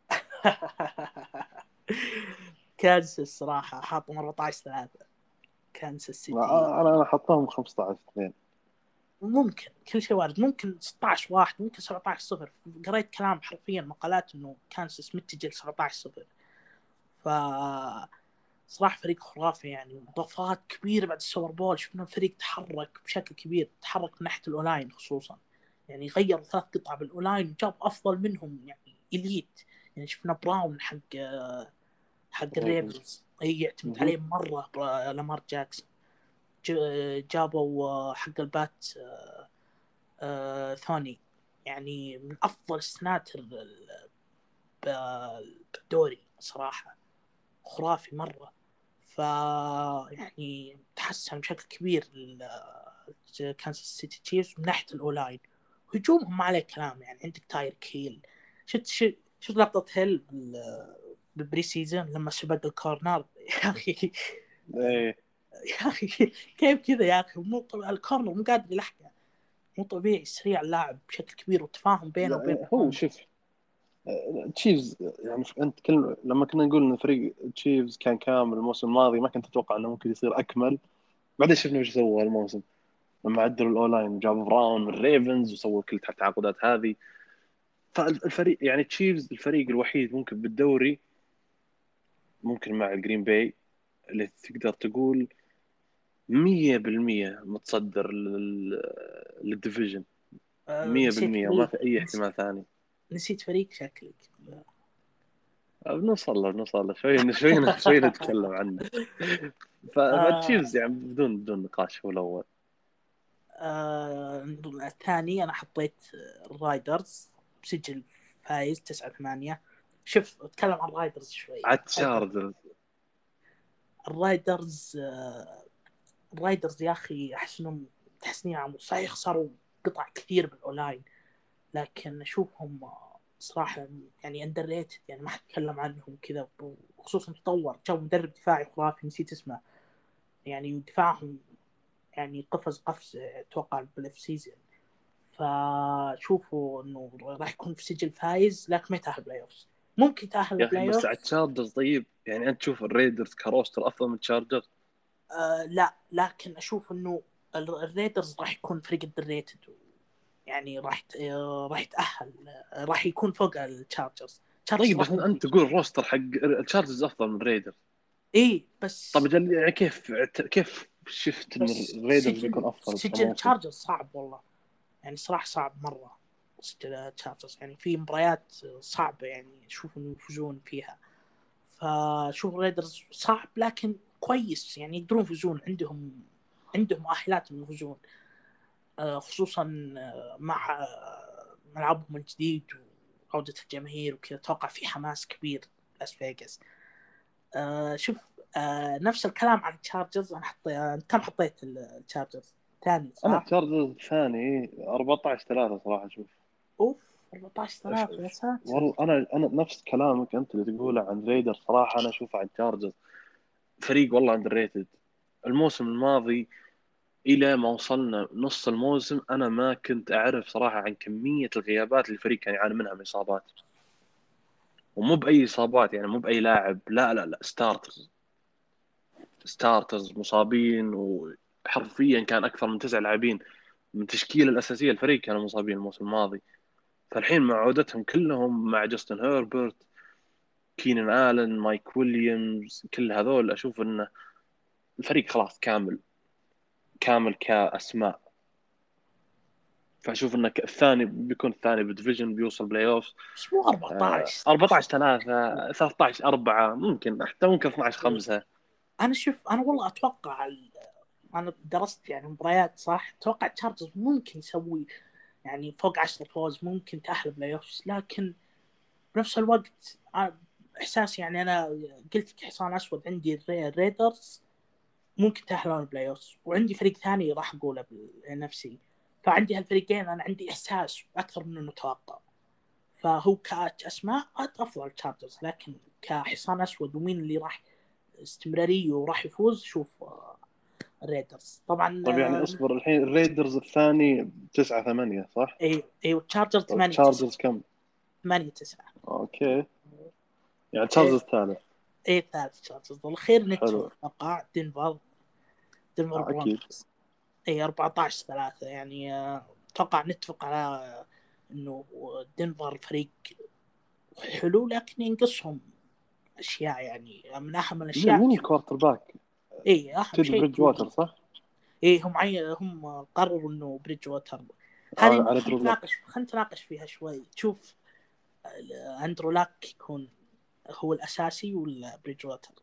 كانساس الصراحه حاطهم 14-3. كانساس سيتي أنا حطهم 15-2. ممكن كل شيء وارد. ممكن 16-1، ممكن 17-0. قريت كلام حرفيا مقالات انه كانساس متجه ل 17-0. ف صراحة فريق خرافي يعني. اضافات كبيرة بعد السوبر بول. شفنا الفريق تحرك بشكل كبير، تحرك من ناحية الاولاين خصوصا. يعني غيروا 3 قطع بالاولاين وجاب افضل منهم يعني اليت. يعني شفنا براون حق الريفنز. الريفنز يعتمد عليه مرة لامار جاكسون. جابوا حق البات ثوني، يعني من أفضل السناتر بالدوري صراحة، خرافي مرة. يعني تحسن بشكل كبير كانساس سيتي تشيفز من ناحية الأولاين. هجومهم ما عليه كلام، يعني عندك تايرك هيل. شفت لقطة هيل بالبري سيزون لما سبق الكورنر يا أخي. ايه يا أخي كيف كذا يا أخي؟ الكورنر مو قادر يلحقه، مو طبيعي. سريع اللاعب بشكل كبير، والتفاهم بينه وبين هو شوف تشيفز يعني انت لما كنا نقول ان فريق تشيفز كان كامل الموسم الماضي، ما كنت اتوقع انه ممكن يصير اكمل. بعدين شفنا ايش سووا الموسم لما عدلوا الاولاين وجابوا براون من ريفنز وسووا كل التعاقدات هذه. فالفريق يعني تشيفز الفريق الوحيد ممكن بالدوري، ممكن مع جرين باي، اللي تقدر تقول 100% متصدر للديفيجن 100%، وما في اي احتمال ثاني. نسيت فريق شكلك. بنوصل له شوي نتكلم عنه. فتشيفز يعني بدون نقاش هو الاول. الثاني أنا حطيت الرايدرز بسجل فايز 9-8. شوف اتكلم عن الرايدرز شوي. عاد تشارجرز الرايدرز يا أخي أحس إنهم تحسنين صحيح خسروا قطع كثير بالأولاين، لكن أشوفهم صراحة يعني underrated، يعني ما حد يتكلم عنهم كذا. وخصوصا تطور، جاء مدرب دفاعي خرافي نسيت اسمه، يعني دفاعهم يعني قفز أتوقع بالف سيزون. فشوفوا إنه راح يكون في سجل فايز، لكن ما يتأهل بلاي أوفس. ممكن يتأهل يا اخي، بلاي بس أوفس. على تشارجرز طيب، يعني انت تشوف الريدرز كروستر افضل من تشارجرز؟ لا، لكن أشوف إنه الريدرز راح يكون فريق الدريتد، يعني راح يتأهل، راح يكون فوق التشارجرز. طيب بس انت تقول الروستر حق التشارجرز افضل من الريدرز. ايه طب بس يعني كيف شفت ان الريدرز بيكون افضل سجل كموسم؟ تشارجرز صعب والله، يعني صراحة صعب مرة سجل تشارجرز. يعني في مباريات صعبة يعني شوف انه يفوزون فيها. فشوف الريدرز صعب لكن كويس، يعني يقدرون يفوزون، عندهم مؤهلات انهم يفوزون، خصوصا مع ملعبهم الجديد وعودة الجماهير وكذا. اتوقع في حماس كبير لاس فيغاس. شوف نفس الكلام عن التشارجرز. انا كم حطيت التشارجرز ثاني انا صح؟ تشارجرز ثاني 14-3 صراحه. شوف اوف 14-3 يا ساتر. والله انا نفس كلامك انت اللي تقوله عن ريدر. صراحه انا اشوف عن تشارجرز فريق والله اندر ريتد. الموسم الماضي الى ما وصلنا نص الموسم انا ما كنت اعرف صراحه عن كميه الغيابات اللي الفريق كان يعاني منها من اصابات، ومو باي اصابات، يعني مو باي لاعب، لا ستارترز مصابين، وحرفيا كان اكثر من 9 لاعبين من التشكيله الاساسيه الفريق كانوا مصابين الموسم الماضي. فالحين مع عودتهم كلهم مع جاستن هيربرت، كينان آلن، مايك ويليامز، كل هذول اشوف ان الفريق خلاص كامل كاسماء. فاشوف انك الثاني بيكون الثاني بالديفيجن، بيوصل بلاي اوف. بس مو 14 14-3، 13-4، ممكن 12-5. انا شوف انا والله اتوقع انا درست يعني مباريات صح. اتوقع تشارجرز ممكن يسوي يعني فوق 10 فوز، ممكن تأهل بلاي اوفس، لكن بنفس الوقت احساس يعني انا قلت حصان اسود عندي الريدرز ممكن تأهلون البلاي اوفس، وعندي فريق ثاني راح اقوله بنفسي. فعندي هالفريقين انا عندي احساس اكثر من المتوقع. فهو كأسماء افضل التشارجرز، لكن كحصان اسود ومين اللي راح استمراريه وراح يفوز، شوف الريدرز طبعا. طيب يعني اصبر، الحين الريدرز الثاني 9-8 صح؟ اي والتشارجرز طيب 8-9. تشارجرز كم؟ 8-9. اوكي، يعني تشارجرز ثالث. اي ثالث تشارجرز. والخير حلو. نتفق اتوقع دنفر اكيد. برونكوس. اي 14-3 يعني. اتوقع نتفق على انه دنفر فريق حلو، لكن ينقصهم اشياء، يعني من اهم الاشياء مين الكوارتر باك؟ اي اهم تيد شيء بريدج ووتر صح؟ اي هم قرروا انه بريدج ووتر. هذه على درو لوك. خلينا نتناقش فيها شوي. تشوف اندرو لاك يكون هو الاساسي ولا بريدج ووتر؟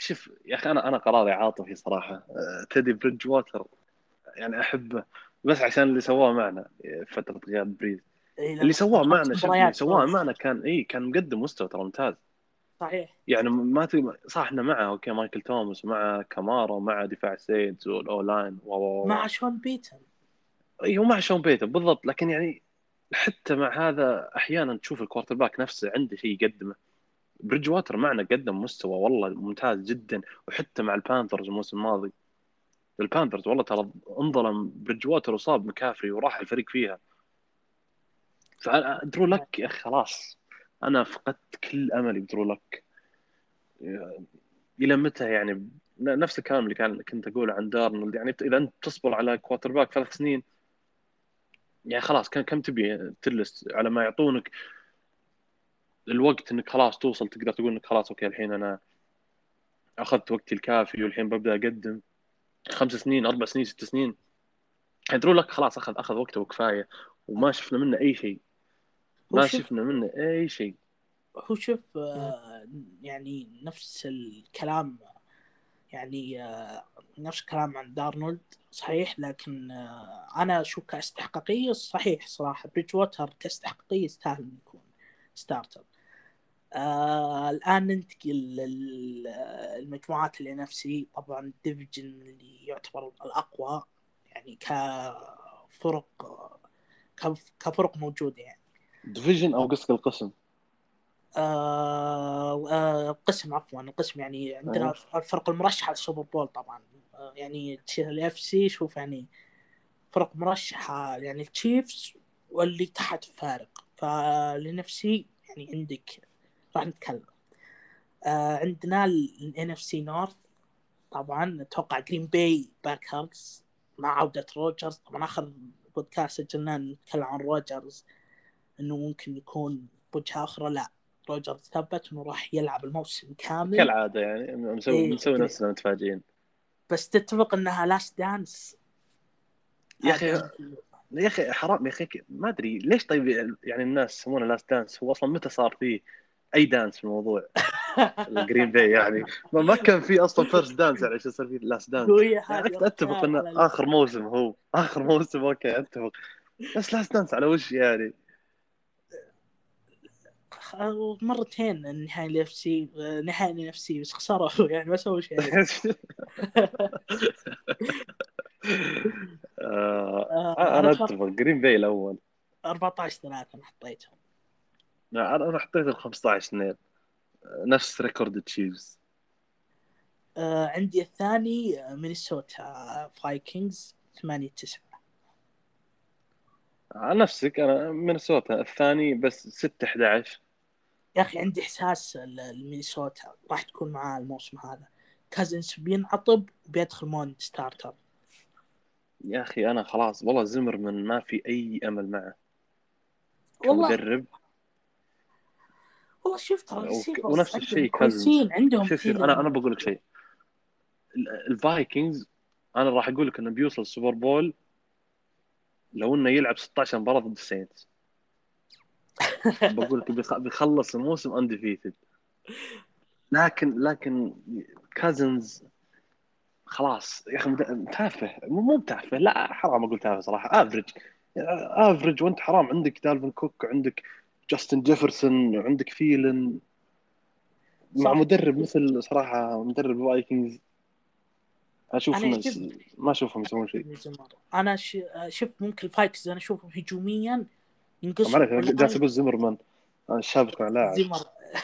شوف يا اخي، انا قراري عاطفي صراحه. تيدي بريدج ووتر يعني احبه، بس عشان اللي سواه معنا فتره غياب بريز. إيه، اللي لانه خذ سواه معنا، 5 شوف اللي مباريات سواه فوز. معنا كان مقدم مستوى ترى ممتاز. صحيح. يعني ما صح احنا معه اوكي، مايكل توماس ومع كامارا ومع دفاع سيدز والاولاين مع شون بيتن. اي ومع شون بيتر بالضبط، لكن يعني حتى مع هذا احيانا تشوف الكوارتر باك نفسه عنده شيء يقدمه. بريدج واتر معنا قدم مستوى والله ممتاز جدا، وحتى مع البانثرز الموسم الماضي. البانثرز والله ترى انظلم بريدج واتر وصاب مكافري وراح الفريق فيها. فدرو لك يا اخي خلاص، انا فقدت كل املي بدرو لك. الى متى يعني؟ نفس الكلام اللي كنت اقوله عن دارنولد. يعني اذا انت تصبر على كوارتر باك 3 سنين، يعني خلاص كم تبي تلس على ما يعطونك الوقت انك خلاص توصل تقدر تقول انك خلاص اوكي الحين انا اخذت وقتي الكافي والحين ببدا اقدم. 5 سنين 4 سنين 6 سنين يدرون لك خلاص اخذ وقته وكفايه، وما شفنا منه اي شيء. هو ما شوف شفنا منه اي شيء. هو شوف يعني نفس الكلام، يعني نفس الكلام عن دارنولد صحيح، لكن انا اشوف كاستحقاقيه صحيح صراحه بريدج ووتر كاستحقاقيه يستاهل انه يكون ستارتر. الان ننتقل للمجموعات اللي نفسي. طبعا الديفيجن اللي يعتبر الاقوى يعني كفرق، كفرق موجوده يعني. ديفيجن او قصدك القسم؟ القسم، عفوا القسم، يعني عندنا أه. الفرق المرشحه للسوبر بول طبعا. يعني الاف سي شوف يعني فرق مرشحه، يعني التشيفز واللي تحت فارق. فلنفسي يعني عندك راح نتكلم. عندنا الان اف سي نورث. طبعا اتوقع جرين باي باكرز مع عودة روجرز. طبعا اخر بودكاست سجلنا نتكلم عن روجرز انه ممكن يكون بوجهة اخرى. لا، روجرز ثبت انه راح يلعب الموسم كامل. كالعاده يعني ايه بنسوي نفسنا متفاجئين. بس تتفق انها لاست دانس يا هذا؟ اخي يا اخي حرام يا اخي، ما ادري ليش. طيب يعني الناس يسمونه لاست دانس، هو اصلا متى صار فيه اي دانس في الموضوع؟ الجرين باي يعني ما كان في اصلا فيرست دانس يعني عشان يصير في لاست دانس. قوية يعني هذه اتفق ركاب انه على اخر موسم، هو اخر موسم اوكي اتفق، بس لاست دانس على وش يعني؟ مرتين النهائي الاف سي، نهائي اف سي، بس خسروا يعني ما سووا شيء. انا انا اتفق جرين باي الاول. 14-3 انا حطيتهم. انا حطيت ال 15-2 نفس ريكورد تشيفز. عندي الثاني مينيسوتا فايكنجز 8-9. نفسك انا مينيسوتا الثاني بس 6-11. يا اخي عندي احساس المينيسوتا راح تكون معاه الموسم هذا. كازنس بينعطب وبيدخل مون ستارتر. يا اخي انا خلاص والله زمرمان ما في اي امل معه والله كمدرب. شوف ترى الريسيفرز ونفس عندهم الشيء كازنز. كويسين، عندهم شوف انا ثيلن. بقول لك شيء. الفايكنجز انا راح اقول لك انه بيوصل السوبر بول لو انه يلعب 16 مباراه ضد السينتس. بقول لك بيخلص الموسم انديفيتد. لكن كازنز خلاص يا اخي تافه. مو تافه، لا حرام اقول تافه صراحه. افريج افريج، وانت حرام عندك دالفين كوك، عندك جاستن جيفرسون، وعندك ثيلن، مع صح. مدرب مثل صراحه مدرب الفايكنجز. اشوف انا انه يعجبني ما اشوفهم يسوون شيء. زمر. انا شوف ممكن الفايكس انا اشوفهم هجوميا ما عليك، ينقصهم انا جالس ولاين. اقول زمرمان، انا الشابك مع لاعب. زمر.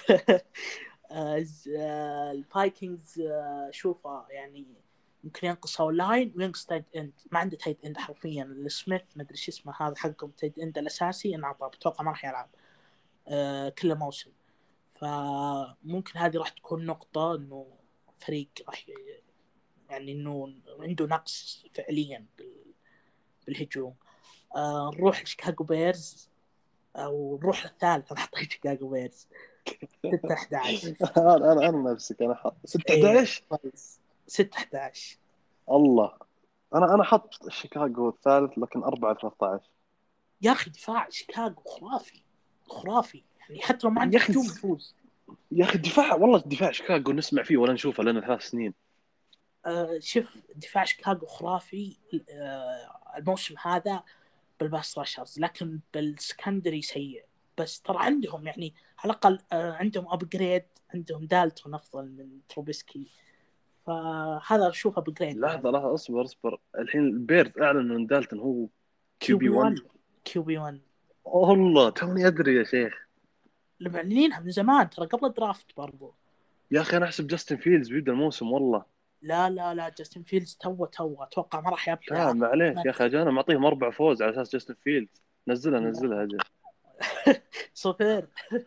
الفايكنجز شوفه يعني يمكن ينقص لاين وينقص تايت اند. ما عنده تايت اند حرفيا. السميث ما ادري شو اسمه هذا حقهم تايت اند الاساسي انعطى، اتوقع ما راح يلعب كل موسم. فممكن هذه راح تكون نقطة انه فريق راح يعني انه عنده نقص فعليا بالهجوم. نروح لشيكاغو بيرز، او نروح للثالث. انا حطيت شيكاغو بيرز 6-11. انا نفسك، انا 6 ايه 11. كويس 6-11. الله. انا حط شيكاغو الثالث لكن 4-13. يا اخي دفاع شيكاغو خرافي خرافي، يعني حتى لو ما يا عنده اخي هجوم يفوز. يا اخي الدفاع، والله الدفاع شيكاغو نسمع فيه ولا نشوفه لنا 3 سنين. شوف دفاع شيكاغو خرافي الموسم هذا بالباس راشرز، لكن بالسكندري سيء. بس ترى عندهم يعني على الأقل عندهم أبجريد، عندهم دالتون أفضل من تروبيسكي، فهذا أشوفه أبجريد يعني. لحظه اصبر الحين البيرز اعلن ان دالتون هو كيو كيو بي بي 1. 1. كيو بي 1 والله توني ادري يا شيخ. اللي معلنينها من زمان ترى قبل الدرافت برضو. يا اخي انا احسب جاستن فيلدز بيبدا الموسم والله. لا جاستن فيلدز تو أتوقع ما راح لا يبدأ. ما عليك يا اخي، انا معطيهم 4 فوز على اساس جاستن فيلدز. نزلها هذه. صفر.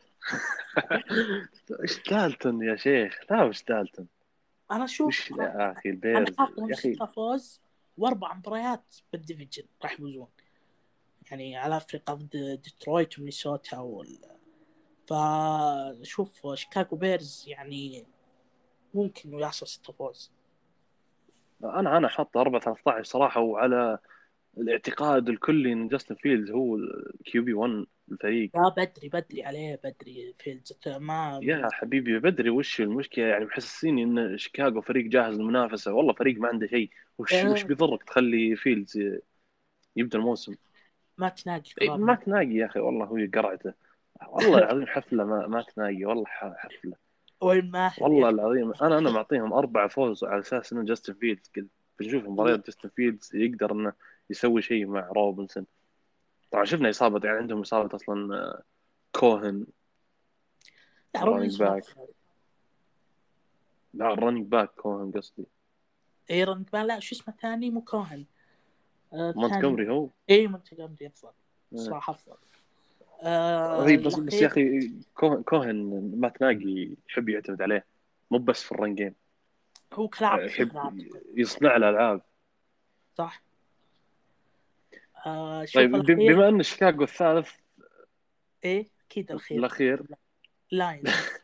ايش دالتون يا شيخ؟ لا وش دالتون؟ أنا أشوف وش يا اخي أنا البيرز حاطهم يا اخي. 6 فوز و4 مباريات بالديفيجن راح يفوزون، يعني على فريق ضد ديترويت ومينيسوتا فشوف شيكاغو بيرز يعني ممكن يحصل 6 فوز. انا حاط 4-13 صراحه، وعلى الاعتقاد الكلي ان جاستن فيلدز هو كيو بي 1 الفريق. لا بدري عليه، بدري فيلدز ما. يا حبيبي بدري، وش المشكله يعني؟ محسسيني ان شيكاغو فريق جاهز للمنافسه، والله فريق ما عنده شيء. وش آه، بيضرك تخلي فيلدز يبدا الموسم؟ ما تناقي إيه، قرار ما ما. تناقي يا اخي، والله هو قرعته. والله العظيم حفله، ما تناقي والله حفله. وين ماهر يا والله اخي. العظيم انا معطيهم 4 فوز على اساس انه جاستن فيلدز. قلت بنشوف مباريات جاستن فيلدز يقدر انه يسوي شيء مع روبنسون. طبعا شفنا اصابه، يعني عندهم اصابه اصلا كوهن لا رانينج روبنسون باك. افضل. لا الرننج باك كوهن قصدي. ايرون لا شو اسمه ثاني مو كوهن. ثاني. مونتجومري هو. اي منتجمري افضل. آه. صراحه افضل. هي بس يا الاخير. اخي كوهن ما تلاقي يحب يعتمد عليه، مو بس في الرن جيم. هو كلاعب يحب فكره اعتقد. يصنع الالعاب. صح. طيب شوف الاخير. بما ان شيكاغو الثالث ايه اكيد الاخير. الاخير. لاينز.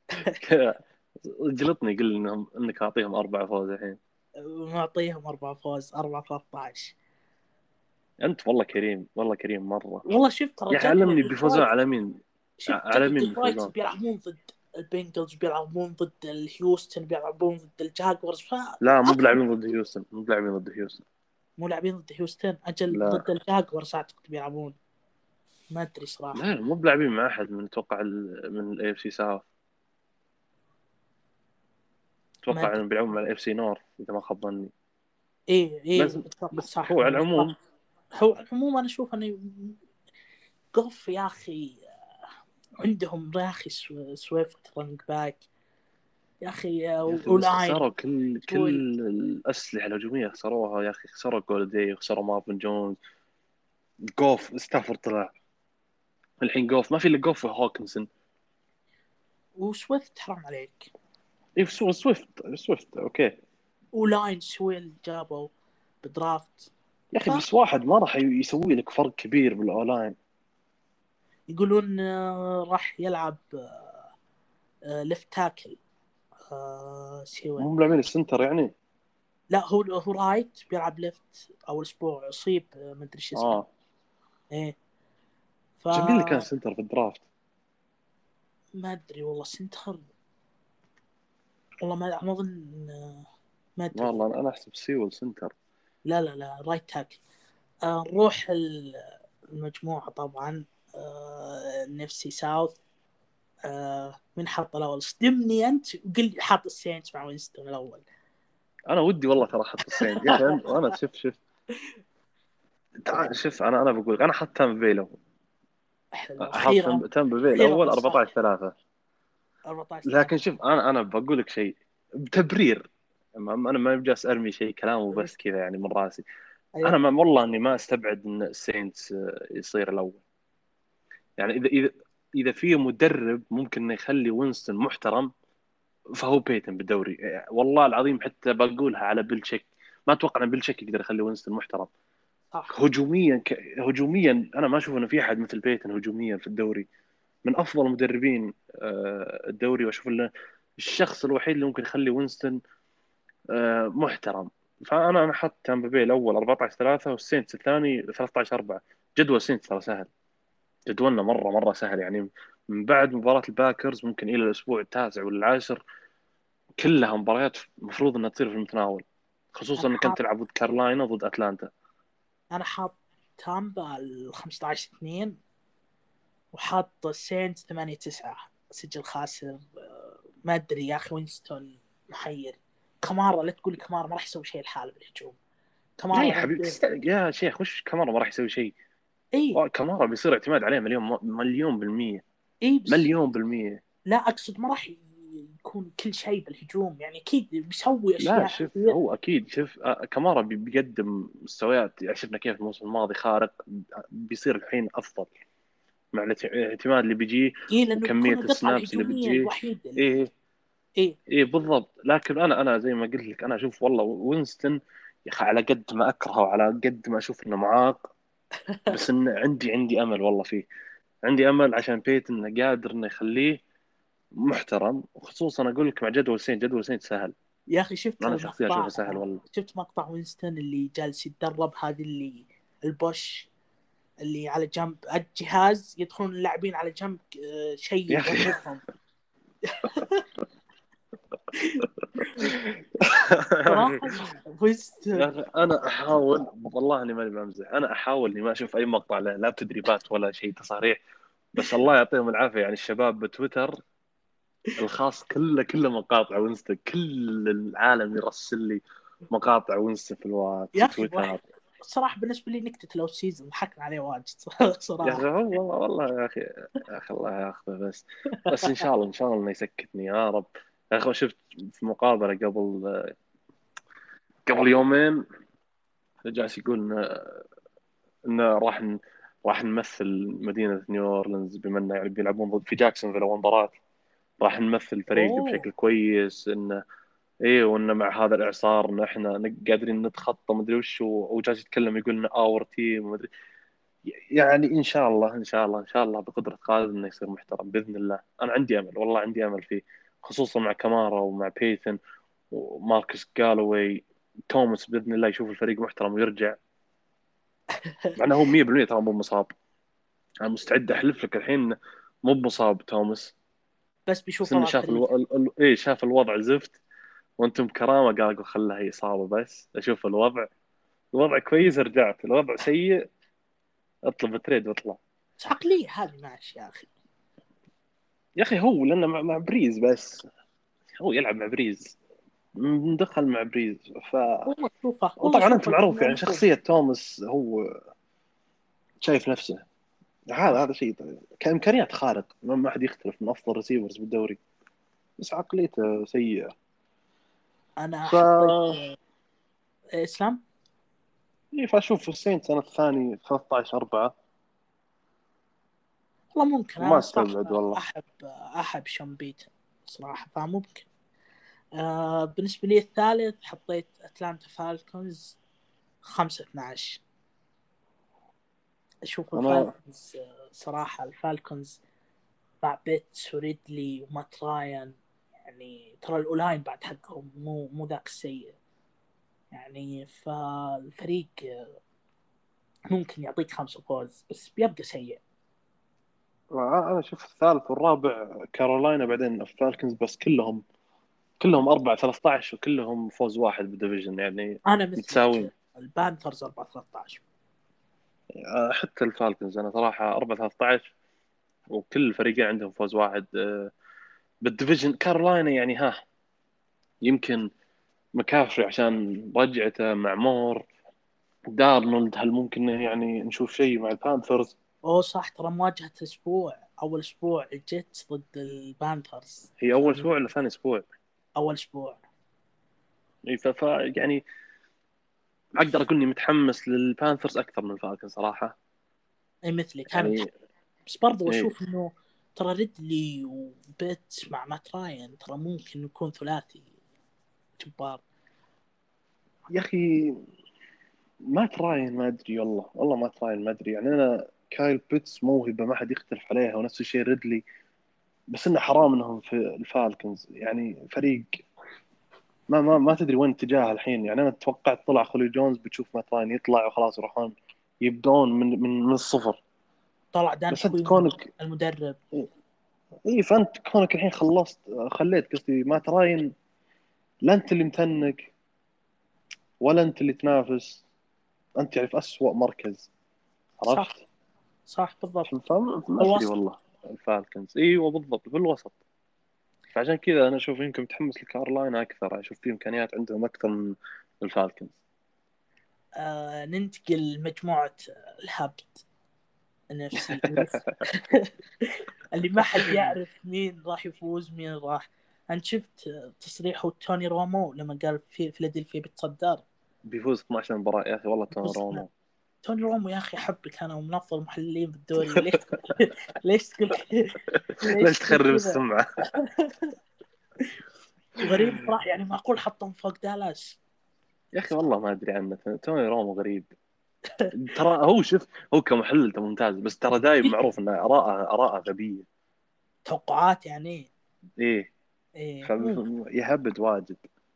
جلطني يقول انك اعطيهم 4 فوز الحين. معطيهم 4 فوز 4-13. انت والله كريم، والله كريم مره. والله شفت ترى يا اخي جدول علمني بيفوزون ديترويت. على مين؟ شفت على جدول مين ديترويت بيفوزون؟ بيلعبون ضد البنجلز، بيلعبون ضد الهيوستن، بيلعبون ضد الجاكورز لا مو اقوى. بلاعبين ضد هيوستن، مو بلاعبين ضد هيوستن. مو لاعبين ضد هيوستن، اجل لا ضد الجاكورز اعتقد بيلعبون. ما ادري صراحه. لا مو بلاعبين مع احد من اتوقع من الاي اف سي ساوث. ما اتوقع ادري. انهم بيلعبون مع الاف سي نورث اذا ما خاب ظني. ايه بس اتوقع بس صح هو على انه العموم. هو عموما انا اشوف انه قف يا اخي. عندهم يا اخي سويفت رنج باك يا اخي، يا اخي بس ولاين خسروا سويل. كل الاسلحه الهجوميه خسروها يا اخي. خسروا جولدي، خسروا مارفن جونز، جوف ستافورد طلع. الحين جوف ما في الا جوف وهوكنسون. وسويفت حرام عليك. اي سويفت اوكي. ولاين سويل جابوا بدرافت. يا اخي بس واحد ما راح يسوي لك فرق كبير بالاونلاين. فيقولون راح يلعب ليفت تاكل سويل. مو ملاعبين السنتر يعني. لا هو رايت بيلعب ليفت. اول اسبوع اصيب ما ادري شو اسمه. اه ايه. ف عشان مين اللي كان سنتر في الدرافت؟ ما ادري والله سنتر. والله ما اظن ما ادري والله والله. انا احسب سيول سنتر. لا رايت تاكل. نروح المجموعة طبعا. نفسي ساوث. من حط الاول؟ صدمني انت وقل لي حاط السينتس مع وينستون الاول. انا ودي والله ترى احط السين يا اخي. انا شوف تعال شوف. انا بقول لك انا حط تام بي الاول. حلو حاط اخيرا. تام بي اخيرا الاول بالصح. 14-3. 14 لكن 3 شوف انا بقول لك شيء بتبرير. انا ما جالس ارمي شيء كلامه بس كذا يعني من راسي. انا ايوه ما والله اني ما استبعد ان السينتس يصير الاول. يعني اذا في مدرب ممكن انه يخلي وينستون محترم فهو بيتن بالدوري. والله العظيم حتى بقولها على بيلشيك. ما اتوقع ان بيلشيك يقدر يخلي وينستون محترم. صح. هجوميا هجوميا انا ما اشوف انه في احد مثل بيتن هجوميا في الدوري. من افضل مدربين الدوري. واشوف انه الشخص الوحيد اللي ممكن يخلي وينستون محترم. فانا حط تامبا بي الاول 14-3 والسينتس الثاني 13-4. جدول السينتس ترى سهل. جدولنا مره سهل يعني. من بعد مباراة الباكرز ممكن إلى الأسبوع التاسع والعاشر كلها مباريات مفروض إنها تصير في المتناول، خصوصا انا إنك أنت حاط تلعب ضد كارلاينا ضد أتلانتا. انا حاط تامبا 15-2، وحاط سينت 8-9 سجل خاسر. ما ادري يا اخي، وينستون محير. كمارا لا تقول لي كمارا ما راح يسوي شيء لحاله بالهجوم. لا يا كمارا حبيبي يا شيخ، وش كامارا ما راح يسوي شيء؟ اي كامارا بيصير اعتماد عليه مليون بالمية. اي بس مليون بالمية. لا اقصد ما راح يكون كل شيء بالهجوم، يعني اكيد بيسوي لا اشياء شوف، كثير. هو اكيد شوف كامارا بيقدم مستويات، يعني شفنا كيف الموسم الماضي خارق، بيصير الحين افضل مع الاعتماد اللي بيجيه اي لانه بيكون وكمية القطعه السنابس اللي الهجوميه بتجيه. الوحيد اللي ايه اي ايه بالضبط. لكن انا زي ما قلت لك، انا اشوف والله وينستون يا اخي، على قد ما اكرهه وعلى قد ما اشوف انه معاق، بس انه عندي امل والله فيه. عندي امل عشان بيت انه قادر انه يخليه محترم، وخصوصا اقول لك مع جدول سين سهل. يا اخي شفت انا شخصيا اشوفه المقطع، سهل والله. شفت مقطع وينستون اللي جالس يتدرب، هذه اللي البوش اللي على جنب الجهاز، يدخلون اللاعبين على جنب شيء يا اخي يونسهم صراحه. يا وينستون اخي انا احاول والله اني ماني بمزح، انا احاول اني ما اشوف اي مقطع له، لا بتدريبات ولا شيء تصاريح، بس الله يعطيهم العافيه يعني الشباب بتويتر الخاص كله مقاطع وينستا، كل العالم يرسل لي مقاطع وينستا في الواتس يا اخي واحد تويتر. الصراحه بالنسبه لي نكته لو سيزون ضحكنا عليه واجد يا اخي صراحه. والله يا اخي، يا اخي الله ياخذه بس ان شاء الله انه يسكتني يا رب. يا اخي شفت في مقابله قبل يومين جالس يقول انه راح نمثل مدينه نيو اورلينز، بما انه يعني بيلعبون ضد في جاكسونفيل اول مباراه، راح نمثل الفريق اوه بشكل كويس، انه ايه، وانه مع هذا الاعصار ان احنا قادرين نتخطى مدري وش، وجالس يتكلم يقول لنا اور تيم ومدري. يعني ان شاء الله بقدره خالد انه يصير محترم باذن الله. انا عندي امل والله، عندي امل فيه، خصوصا مع كامارا ومع بيثن وماركس جالوي. توماس باذن الله يشوف الفريق محترم ويرجع، مع انه هو 100% ترى مو مصاب. انا مستعد احلف لك الحين مو بمصاب توماس، بس بس بيشوف انه وضع شاف الفريق. ايه، شاف الوضع زفت، وانتم بكرامه قالوا خلها هي اصابه، بس اشوف الوضع كويس رجعت، الوضع سيء اطلب تريد واطلع. بس عقليه هذه ماشي يا اخي. يا اخي هو لانه مع بريز، بس هو يلعب مع بريز، مدخل مع بريز هو شوفه هو وطبعا انت شوفه معروف يعني المفروض. شخصيه توماس، هو شايف نفسه، هذا صح. شيء كامكانيات خارق، ما حد يختلف من افضل ريسيفرز بالدوري، بس عقليته سيئه. انا ف حطيت اسلام. فاشوف السينت انا الثاني 13-4. والله ممكن، وما انا صراحه استبعد والله. احب شمبيت صراحه، فممكن. بالنسبه لي الثالث حطيت اتلانتا فالكونز 5-12. اشوف انا الفالكونز صراحه الفالكونز مع بيتس وريدلي ومات رايان، يعني ترى الاولاين بعد حقهم مو ذاك السيء، يعني فالفريق ممكن يعطيك 5 فوز بس بيبقى سيء. انا اشوف الثالث والرابع كارولاينا بعدين الفالكنز، بس كلهم 4-13 وكلهم فوز واحد بالديفيجن يعني انا مثلك متساويين. البانثرز 4-13. حتى الفالكنز انا صراحه 4-13 وكل الفريقين عندهم فوز واحد بالديفيجن. كارولاينا يعني يمكن مكافري عشان رجعته مع مور دارنولد، هل ممكن يعني نشوف شيء مع البانثرز؟ اوه صح، ترى مواجهة اول اسبوع الجيتس ضد البانثرز. هي اول اسبوع ولا ثاني اسبوع؟ اول اسبوع. يعني اقدر اقول اني متحمس للبانثرز اكثر من الفالكن صراحه. اي مثلك انا يعني بس برضو إيه. اشوف انه ترى ريدلي وبيتس مع مات راين ترى ممكن يكون ثلاثي جبار. يا اخي مات راين ما ادري، والله مات راين ما ادري، يعني انا كايل بيتس موهبه ما حد يختلف عليها، ونفس الشيء ريدلي، بس انه حرام انهم في الفالكنز، يعني فريق ما تدري وين اتجاهه الحين. يعني انا توقعت طلع خولي جونز بتشوف مات راين يطلع وخلاص يروحون يبدون من الصفر، طلع دان بس انت كوين كونك المدرب. اي فانت كونك الحين خليت قصدي ما تراين، لا انت اللي متنق ولا انت اللي تنافس، انت يعني في اسوأ مركز، صح عرفت؟ صح بالضبط. ما ادري الوسط. والله. الفالكنز ايوه بالضبط في الوسط. فعشان كذا انا اشوف يمكن متحمس لكارلاينا اكثر، اشوف في امكانيات عندهم اكثر من الفالكنز. ننتقل مجموعة الهبد NFC اللي ما حد يعرف مين راح يفوز مين راح. أنت شفت تصريحه توني رومو لما قال في فيلادلفيا بتصدر؟ بيفوز 12 مباراة يا اخي والله توني بص، رومو. توني رومو يا أخي أحبك أنا ومن أفضل المحللين بالدوري، ليش تقول ليش تقول ليش ليش تقول تخرب كذا؟ السمعة؟ وغريب صراحة، يعني معقول حطهم فوق دالاس؟ يا اخي والله ما ادري عنه، توني رومو غريب. ترى هو شوف، هو كمحلل ممتاز، بس ترى دايم جدا. معروف ان اراءه غبية. توقعات يعني. ايه. إيه ممكن. فيهبد واجد.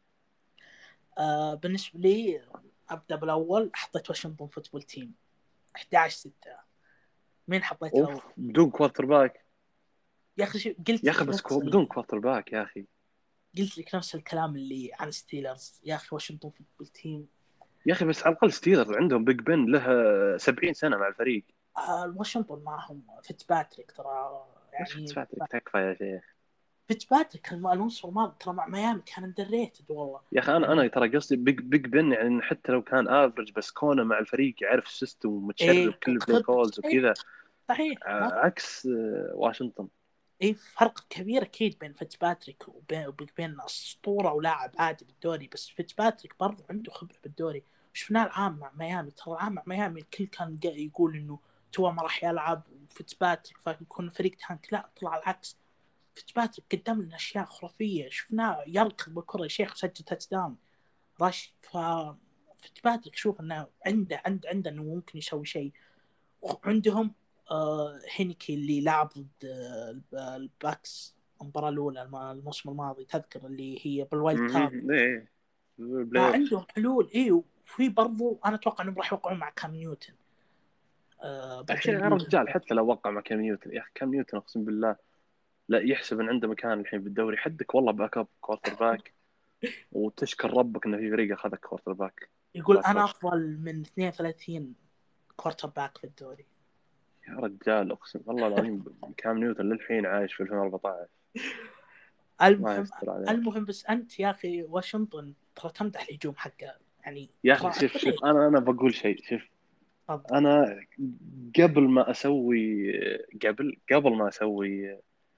بالنسبة لي أبدأ بالأول، حطيت واشنطن فوتبول تيم 11-6. مين حطيت الأول؟ اوف بدون كوارتر باك. يا أخي يا قلت اخي لك بس نفس بدون كوارتر باك يا اخي. قلت لك نفس الكلام اللي عن ستيلرز. يا أخي واشنطن فوتبول تيم. يا اخي بس على الاقل ستيلرز عندهم بيج بن له 70 سنة مع الفريق. واشنطن معهم فيتباتريك ترى، وش يعني فاتك تكفى يا شيخ. فيتباتريك الموسم الماضي ترى مع ميامي كان اندر ريتد والله. يا اخي انا يعني ترى قصدي بيج بن، يعني إنه حتى لو كان افرج بس كونه مع الفريق يعرف السيستم ومتشرب إيه كل البلاي خبرة كولز صحيح. وكذا. صحيح ما عكس واشنطن. اي فرق كبير اكيد بين فيتسباتريك وبين اسطوره ولاعب عادي بالدوري، بس فيتسباتريك برضه عنده خبره بالدوري. شفناه العام مع ميامي، ترى العام مع ميامي الكل كان يقول انه تو ما راح يلعب فيتسباتريك فيكون فريق تانك، لا طلع العكس. فيتسباتريك قدم لنا اشياء خرافيه، شفناه يركض بالكره يا شيخ وسجل تاتش داون راش. فيتسباتريك شوف انه عنده انه ممكن يسوي شيء. عندهم هينيكي اللي لعب ضد الباكس المباراة الأولى الموسم الماضي، تذكر اللي هي بالوايلد كارد. ايه البلاي اوف. فعندهم حلول ايوه. وفي برضو انا اتوقع انهم راح يوقعون مع كام نيوتن اخي بعدين يا نيوتن. رجال حتى لو وقع مع كام نيوتن، يا اخي كام نيوتن اقسم بالله لا يحسب ان عنده مكان الحين بالدوري. حدك والله باك اب كوارتر باك، وتشكر ربك انه في فريق اخذك كوارتر باك. يقول باك انا اب. افضل من 32 كوارتر باك في الدوري. يا رجال اقسم والله العظيم كام نيوتن للحين عايش في 2014. ما المهم يستر عليه. المهم بس انت يا اخي واشنطن ترى تمدح الهجوم حقه، يعني يا اخي ترى شوف أندريت. انا بقول شيء. شوف تفضل. انا قبل ما اسوي قبل ما اسوي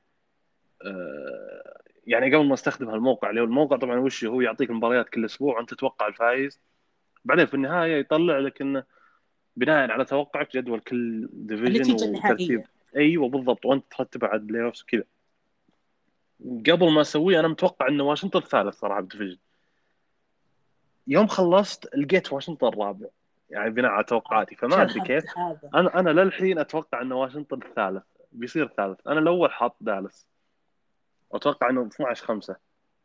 يعني قبل ما استخدم هالموقع اللي هو الموقع طبعا وش هو يعطيك المباريات كل اسبوع وانت تتوقع الفايز، بعدين في النهايه يطلع لك انه بناء على توقعك جدول كل ديفيجن النتيجة وترتيب. النهائية. ايوه بالضبط، وانت ترتبها على البلاي اوفز وكذا. قبل ما اسويه انا متوقع ان واشنطن الثالث صراحه بالديفيجن. يوم خلصت لقيت واشنطن الرابع، يعني بناء على توقعاتي، فما شو ادري الهبد كيف. هذا؟ انا للحين اتوقع ان واشنطن الثالث، بيصير ثالث. انا الاول حاط دالاس، واتوقع انه 12-5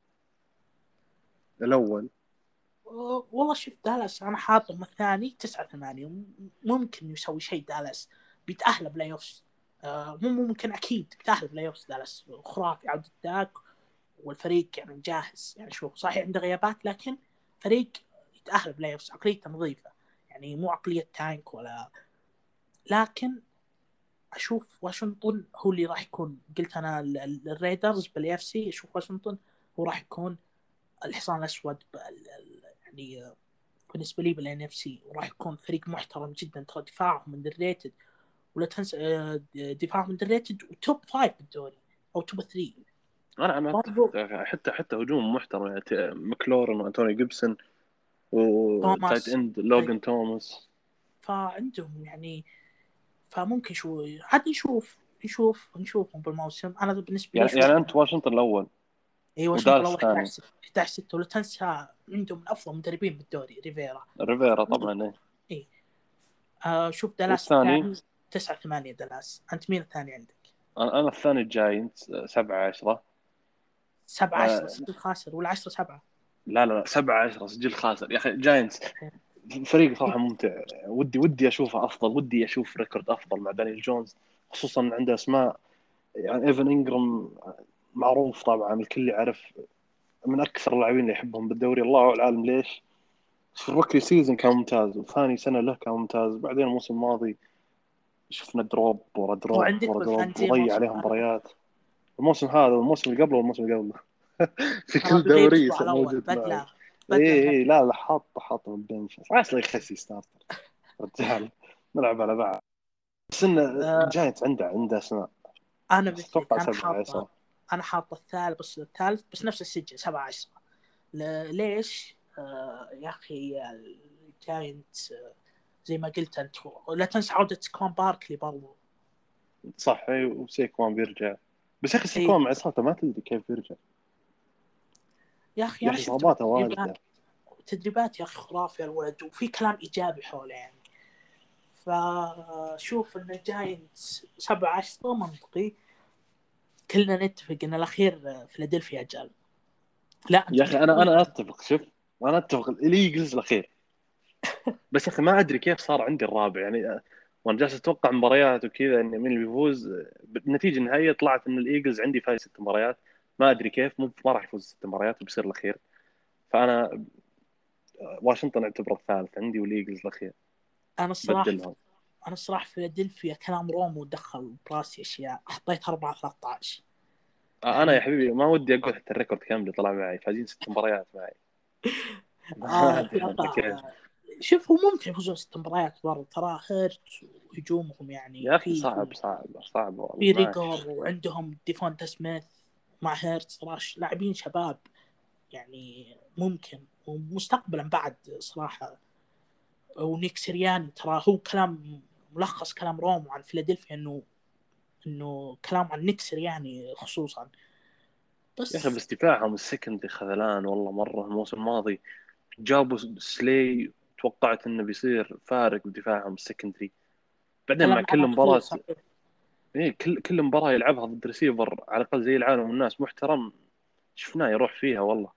الاول. والله شوف دالاس انا حاطهم الثاني 9-8. ممكن يسوي شيء دالاس، بيتأهل بلاي اوفز. مو ممكن اكيد بيتأهل بلاي اوفز. دالاس خرافي، عودة داك والفريق يعني جاهز. يعني شوف صحيح عنده غيابات لكن فريق يتأهل بلاي اوفز، عقليته نظيفة، يعني مو عقلية تانك ولا. لكن اشوف واشنطن هو اللي راح يكون. قلت انا الريدرز بالاي اف سي، اشوف واشنطن هو راح يكون الحصان الاسود يعني بالنسبه لي بالان اف سي، وراح يكون فريق محترم جدا. ترى دفاعهم اندر ريتد، ولا تنسى دفاعهم اندر ريتد وتوب 5 بالدوري او توب 3 انا برضو. اتفق، حتى هجوم محترم يعني ماكلورن وانتوني جيبسون وتايت توماس اند لوجان توماس. فعندهم يعني. فممكن شو عاد نشوفهم بالموسم. انا بالنسبه لي يعني اشوف انت واشنطن الاول ايوه واشنطن ودالاس الاول الثاني. 11 11 6. ولا تنسى عندهم من افضل المدربين بالدوري ريفيرا. ريفيرا طبعا إيه. اي شوف دالاس والثاني الثاني 9-8. دالاس انت مين الثاني عندك؟ انا الثاني الجاينتس 7-10. 7-10 سجل خاسر ولا 10-7؟ لا 7-10 سجل خاسر يا اخي. جاينتس فريق صراحه ممتع، ودي اشوفه افضل، ودي اشوف ريكورد افضل مع دانيال جونز، خصوصا عنده اسماء يعني ايفن انجرام معروف طبعا، الكل يعرف، من اكثر اللاعبين اللي يحبهم بالدوري، الله اعلم ليش. بس في الروكي سيزون كان ممتاز، وثاني سنه له كان ممتاز. بعدين الموسم الماضي شفنا دروب ورا دروب وعندك ورا دروب، بالفانتزي وضيع الموسم عليهم هذا مباريات. الموسم هذا والموسم اللي قبله والموسم اللي قبله في ترى كل بيغيب دوري الاسبوع الاول، موجود معي. بدله اي اي، مهدي. لا حاط من البنش، اصلا يخسي ستارتر رجال، نلعب على بعض. بس ان آه جاينت عنده اسماء، انا بس مثلك، اتوقع 7 10. انا حاطه الثالث، بس نفس السجل 7-10. ليش؟ يا اخي الجاينت زي ما قلت انت، ولا تنسى عوده كوان باركلي برضو. صح، اي، وسيكوان بيرجع. بس يا اخي اي سيكوان مع اصابته ما تدري كيف بيرجع. يا اخي يا انا اخي شفت اصاباته بالتدريبات، واجده. تدريبات يا اخي خرافي الولد، وفي كلام ايجابي حوله يعني. فشوف ان الجاينت 7-10 منطقي. كلنا نتفق ان الاخير فيلادلفيا جال. لا يا انتم اخي انا تختلفون. انا اتفق، شوف، انا اتفق الايجلز الاخير. بس يا اخي ما ادري كيف صار عندي الرابع يعني. وانا جالس اتوقع مباريات وكذا، ان مين اللي بيفوز. بالنتيجه النهائيه طلعت ان الايجلز عندي فايز 6 مباريات. ما ادري كيف، مو ما راح يفوز 6 مباريات وبيصير الاخير. فانا واشنطن اعتبره الثالث عندي، والايجلز الاخير. انا الصراحه بدلهم. انا الصراحه في فيلادلفيا كلام رومو دخل براسي اشياء، حطيت 4-13 انا يا يعني. حبيبي ما ودي اقول حتى الريكورد كم اللي طلع معي، فايزين 6 مباريات معي. ما ادري انت كيف. اتوقع. شوف هو ممكن يفوزون 6 مباريات برضه، ترى هيرت وهجومهم يعني يا اخي في صعب صعب صعب والله، في ماشي. ريجور، وعندهم ديفونتا سميث مع هيرت، ترى لاعبين شباب يعني، ممكن ومستقبلا بعد صراحه. ونيك سيرياني ترى هو كلام ملخص كلام رومو عن فيلادلفيا، انه كلام عن نيك سيرياني خصوصا. يا اخي بس بس دفاعهم السكندري خذلان والله مره الموسم الماضي. جابوا سلي، توقعت انه بيصير فارق بدفاعهم السكندري. بعدين مع كلام كل عنها كثير مباراه، صحيح. إيه، كل مباراه يلعبها ضد ريسيفر على الاقل زي العالم والناس محترم، شفناه يروح فيها والله.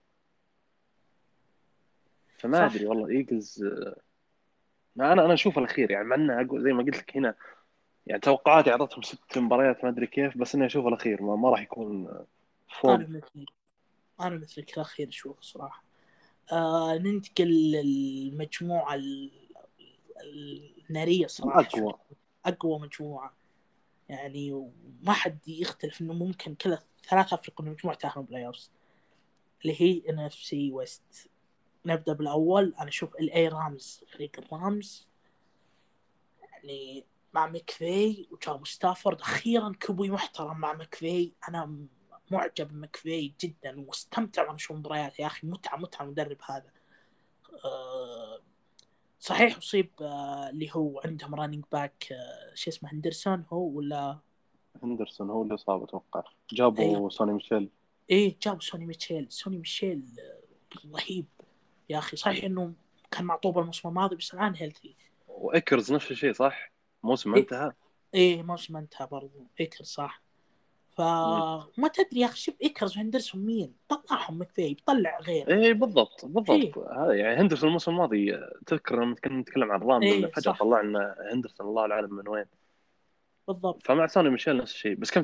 فما صح. ادري والله الايجلز. انا اشوف الاخير يعني، مع انه زي ما قلت لك هنا، يعني توقعاتي اعطتهم 6 مباريات ما ادري كيف، بس اني اشوف الاخير ما راح يكون انا فوق. مثلك انا مثلك الاخير اشوف صراحه. ننتقل للمجموعه الناريه صراحه شوي. الاقوى. اقوى مجموعه يعني، وما حد يختلف انه ممكن كل ثلاثة فرق من المجموعة تاهلوا بلاي اوفز، اللي هي ان اف سي ويست. نبدا بالاول. انا اشوف الاي رامز، فريق الرامز يعني مع مكفي وجابوا ستافورد اخيرا، كوبي محترم مع مكفي. انا معجب بمكفي جدا، واستمتع وانا اشوف مباريات يا اخي. متعه المدرب هذا. أه صحيح اصيب اللي هو عندهم رانينج باك شو اسمه هندرسون هو ولا. هندرسون هو اللي صاب اتوقع، اي جابوا سوني ميشيل. جاب سوني ميشيل رهيب يا اخي. صحيح انه كان معطوب الموسم الماضي، بس الان هيلثي. وايكرز نفس الشيء صح، موسم ما ايه انتهى. موسم انتهى برضو ايكر صح. مم. فما تدري يا اخي، شوف ايكرز وهندرسون مين طلعهم مكفي، بيطلع غيره. ايه بالضبط ايه بالضبط، هذا يعني هندرسون الموسم الماضي. تذكر لما كنا نتكلم عن رامز انه فجاه صح طلع لنا هندرسون الله اعلم من وين. بالضبط. فمع سوني ميشيل نفس الشيء. بس كم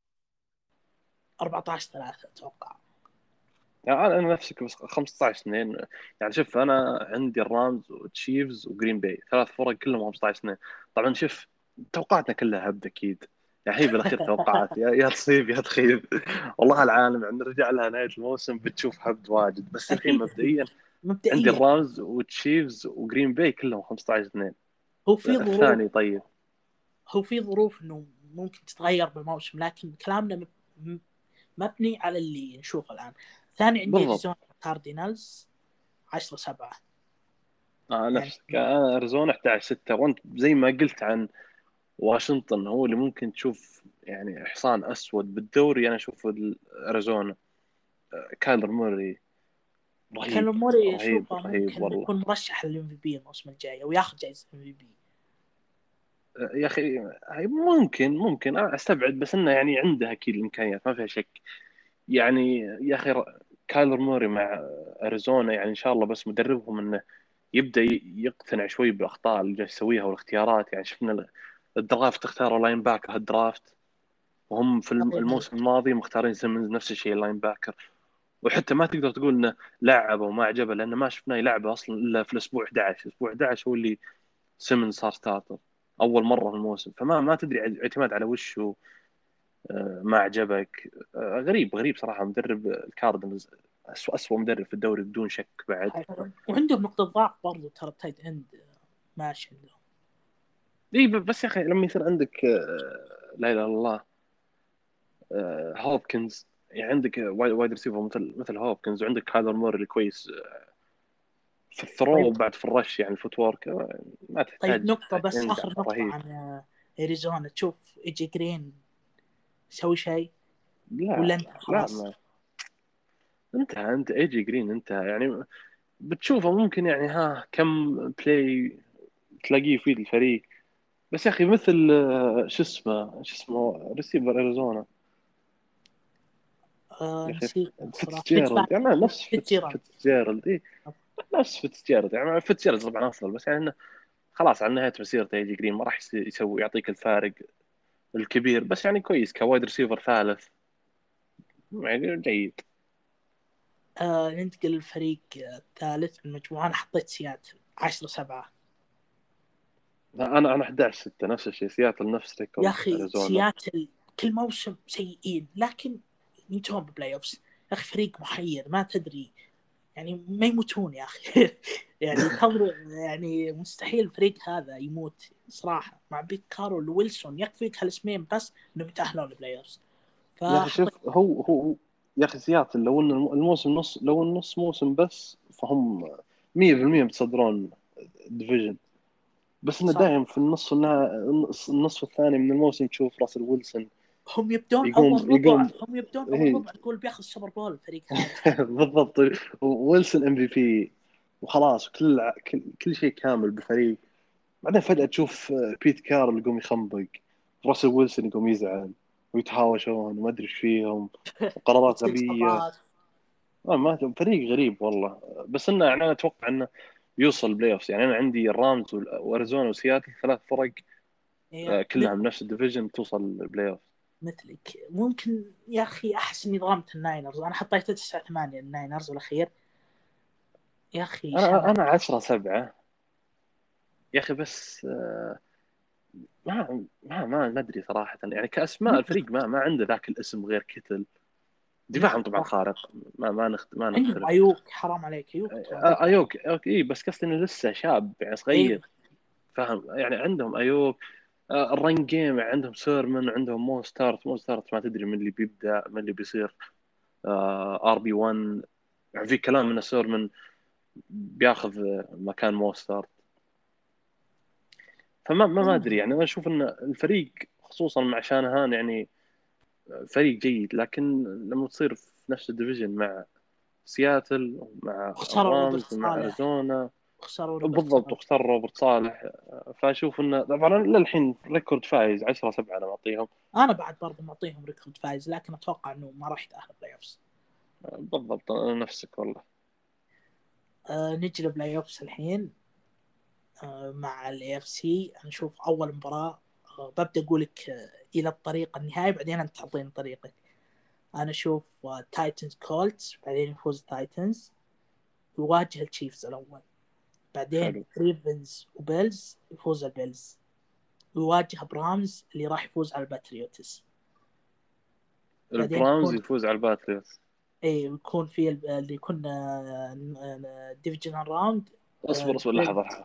14-3 اتوقع. يعني انا نفسك، بس 15 2. يعني شوف، انا عندي الرامز وتشيفز وجرين باي، 3 فرق كلهم 15 2. طبعا شوف، توقعاتنا كلها هبد اكيد. يعني هي بالاخير توقعات، يا تصيب يا تخيب. والله العالم يعني نرجع لها نهايه الموسم بتشوف هبد واجد، بس الحين اكيد مبدئيا عندي مبدئيا الرامز وتشيفز وجرين باي كلهم 15 2. هو في ظروف الثاني طيب. هو في ظروف انه ممكن تتغير بالموسم، لكن كلامنا م- مبني على اللي نشوفه الان. ثاني عندي بالضبط. اريزونا كاردينالز 10-7 يعني. نفسك، انا اريزونا 11 6. وانت زي ما قلت عن واشنطن هو اللي ممكن تشوف يعني حصان اسود بالدوري، انا اشوف اريزونا. كايلر موري كان رهيب. موري رهيب اشوفه رهيب ممكن والله. يكون مرشح للام في بي الموسم الجاي، او ياخذ جائزه ام في بي. يا اخي هي ممكن انا استبعد، بس انه يعني عنده اكيد الامكانيات ما فيها شك. يعني يا اخي كايلر موري مع اريزونا، يعني ان شاء الله بس مدربهم انه يبدا يقتنع شوي بالاخطاء اللي جالس يسويها والاختيارات. يعني شفنا الدرافت اختاروا لاين باك هالدرافت. وهم في الموسم الماضي مختارين سيمنز نفس الشيء اللاين باكر، وحتى ما تقدر تقول انه لعبه وما عجبه، لانه ما شفناه يلعبه اصلا الا في الاسبوع 11. اسبوع 11 هو اللي سيمنز صار ستارتر اول مره في الموسم، فما ما تدري اعتماد على وش ما عجبك. غريب صراحه مدرب الكاردنز أسوأ مدرب في الدوري بدون شك بعد. وعندهم نقطة ضعف برضو ترى، تايت اند ماشي عندهم. اي بس يا اخي لما يصير عندك لا اله الا الله هوبكنز، يعني عندك وايد ريسيفر مثل هوبكنز، وعندك كايلر مور اللي كويس في الثرو طيب وبعد في الرش، يعني الفوت وورك ما طيب تحتاج نقطة بس، عند آخر نقطة رهيب. عن اريزونا، تشوف ايجي جرين يسوي شيء ولا لا انت لا خلاص؟ ما انت ايجي جرين انت يعني بتشوفه ممكن يعني ها كم بلاي تلاقيه يفيد الفريق، بس يا اخي مثل شو اسمه ريسيفر اريزونا يا اخي، نسيت صراحة. فيتزجيرالد يعني نفس فيتزجيرالد. فيتزجيرالد اي، نفس فيتزجيرالد يعني فيتزجيرالد طبعا افضل، بس يعني انه خلاص على نهايه مسيرته يجي جرين ما راح يسوي يعطيك الفارق الكبير، بس يعني كويس كوايد ريسيفر ثالث يعني جيد. ننتقل للفريق الثالث في المجموعة. أنا حطيت سياتل 10-7. انا 11-6 نفس الشيء، سياتل نفس يا ريكورد أخي اريزونا. سياتل كل موسم سيئين، لكن ينتهون ببلاي أوفس. يا أخي فريق محير، ما تدري يعني، ما يموتون يا أخي. يعني تظل يعني مستحيل الفريق هذا يموت صراحة. مع بيت كارول ويلسون يكفيك هالاسمين بس إنهم يتأهلون للبلاي أوفس. يا اخي فحطيت شوف هو يا اخي سياتل لو ان الموسم نص، لو النص موسم بس فهم 100% بيتصدرون الديفيجن، بس انه صح. دائم في النصف الثاني من الموسم تشوف راسل ويلسون هم يبدون يقوم أول ربع، يقوم هم يبدون أول هي ربع تقول بياخذ السوبر بول الفريق هذا. بالضبط. ويلسون ام في بي وخلاص كل شيء كامل بالفريق، بعدين فجأة تشوف بيت كارل يقوم يخنبق، راسل ويلسون يقوم يزعل ويتهاوشون وما ادري ايش فيهم وقرارات يصير غبية. صفات. ما فريق غريب والله، بس انه يعني انا اتوقع انه بيوصل بلاي اوفز. يعني انا عندي الرامز واريزونا وسياتل 3 فرق هي كلها من نفس الديفيجن توصل بلاي اوف. مثلك. ممكن يا أخي أحس إني ظلمت الناينرز، أنا حطيت 9-8 الناينرز الأخير. يا أخي انا شناعة. 10-7 يا اخي، بس ما ادري صراحه، يعني كاسماء الفريق ما عنده ذاك الاسم غير كتل. دفاعهم مثلك طبعا خارق، ما عندهم نختلف. أيوك، حرام عليك، أيوك ترى ضبط. ايوك اي، بس قصدي انه لسه شاب يعني أيوه صغير، فاهم يعني عندهم ايوك. الرن جيم عندهم سيرمن، عندهم مو ستارت ما تدري من اللي بيبدا من اللي بيصير RB1. يعني في كلام ان سيرمن بياخذ مكان مو ستارت، فما ادري. يعني انا اشوف ان الفريق خصوصا مع شانهان يعني فريق جيد، لكن لما تصير في نفس الديفيجن مع سياتل ومع خسروا روبرت الرامز ومع صالح. اريزونا خسروا روبرت بالضبط، صالح. واختار روبرت صالح، فاشوف انه طبعا للحين ريكورد فايز 10-7 انا معطيهم. أنا بعد برضه معطيهم ريكورد فايز، لكن أتوقع إنه ما راح يتأهل بلاي أوفس. بالضبط انا نفسك والله. نجي لبلاي أوفس الحين. مع الاي اف سي نشوف اول مباراه. ببدا اقول لك الى الطريق النهائي، بعدين انت تعطيني طريقك. انا اشوف تايتنز كولتس، بعدين يفوز تايتنز يواجه التشيفز الاول. بعدين حلو. ريفنز وبيلز يفوز البيلز، ويواجه برامز اللي راح يفوز على الباتريوتس. بعدين البراونز يكون يفوز على الباتريوتس. يكون في اللي يكون ديفيجنال راوند. اصبر لحظه،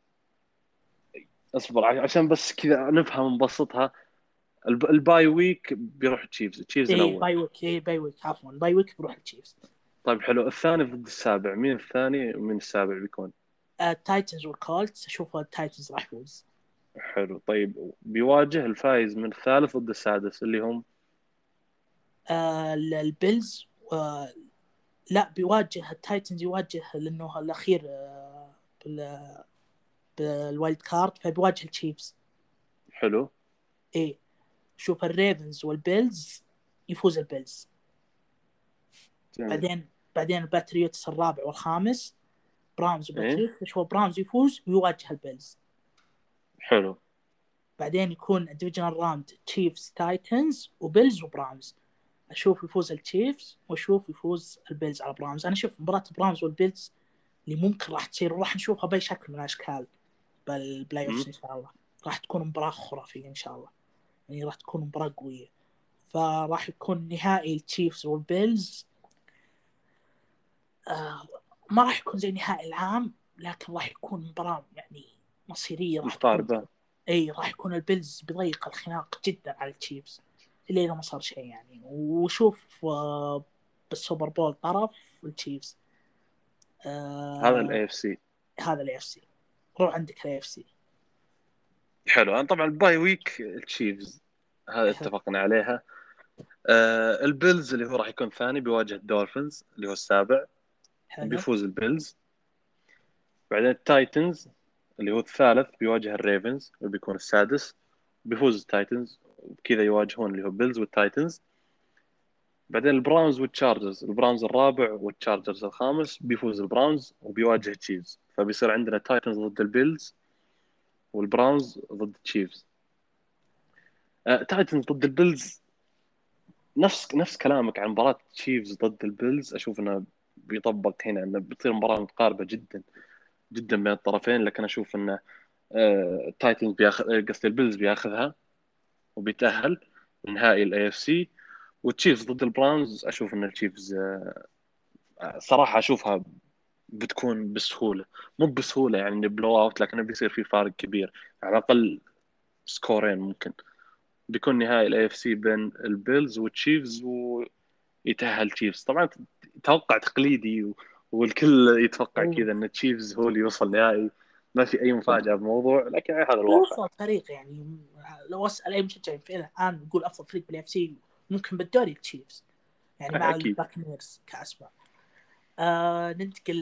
اصبر عشان بس كذا نفهم نبسطها. الباي ويك بيروح تشيفز ايه الاول. باي ويك، باي ويك، عفوا باي ويك بروح التشيفز. طيب حلو، الثاني ضد السابع، مين الثاني ومين السابع بيكون؟ التايتنز والكولتس، اشوف التايتنز راح يفوز. حلو. طيب بيواجه الفايز من الثالث ضد السادس اللي هم البيلز. لا، بيواجه التايتنز، يواجه لانه الاخير بالوايلد كارد، فبيواجه التشيفز. حلو. ايه. شوف الريفنز والبيلز يفوز البيلز. جميل. بعدين الباتريوتس الرابع والخامس، براونز ايه وباتريوتس، شوف براونز يفوز ويواجه البيلز. حلو. بعدين يكون الديفيجنال راوند تشيفز تايتنز وبيلز وبرامز. اشوف يفوز التشيفز واشوف يفوز البيلز على برامز. انا اشوف مباراة برامز والبيلز اللي ممكن راح تصير وراح نشوفها باي شكل من الاشكال بالبلاي اوفس ان شاء الله. راح تكون مباراة خرافية ان شاء الله، يعني راح تكون مباراة قوية. فراح يكون نهائي التشيفز والبيلز. ما راح يكون زي نهائي العام، لكن راح يكون مباراة يعني مصيرية. راح تكون مقاربة. راح يكون البيلز بيضيق الخناق جدا على التشيفز اللي ما صار شيء يعني. وشوف بالسوبر بول طرف التشيفز. هذا الاي اف سي. هذا الاي اف سي. روح عندك الاي اف سي. حلو. انا طبعا الباي ويك التشيفز هذا اتفقنا عليها. البيلز اللي هو راح يكون ثاني بيواجه الدولفينز اللي هو السابع، بيفوز البيلز. بعدين التايتنز اللي هو الثالث بيواجه الريفنز وبيكون السادس، بيفوز التايتنز، وبكذا يواجهون اللي هو بيلز والتايتنز. بعدين البراونز والتشارجرز، البراونز الرابع والتشارجرز الخامس، بيفوز البراونز وبيواجه التشيفز. فبيصير عندنا تايتنز ضد البيلز والبراونز ضد التشيفز. تايتنز ضد البيلز، نفس كلامك عن مباراة تشيفز ضد البيلز. اشوف انه بيطبق هنا، انه بتصير مباراة متقاربة جدا جدا بين الطرفين. لكن اشوف انه تايتنز بياخذ، قصدي البيلز بياخذها وبيتأهل نهائي الاي اف سي. والتشيفز ضد البراونز، اشوف ان التشيفز صراحة اشوفها بتكون بسهولة، مو بسهولة يعني بلو اوت، لكن بيصير في فارق كبير، على الاقل سكورين ممكن. بيكون نهائي الاي اف سي بين البيلز والتشيفز ويتأهل تشيفز. طبعا توقع تقليدي والكل يتوقع كذا ان التشيفز هو اللي يوصل نهائي، ما في اي مفاجأة بالموضوع، لكن هذا الواقع. افضل فريق يعني لو اسال اي مشجع في الان يقول افضل فريق بالاف سي ممكن بالدوري التشيفز يعني مع اكيد. الباكنيرز كاسماء. ننتقل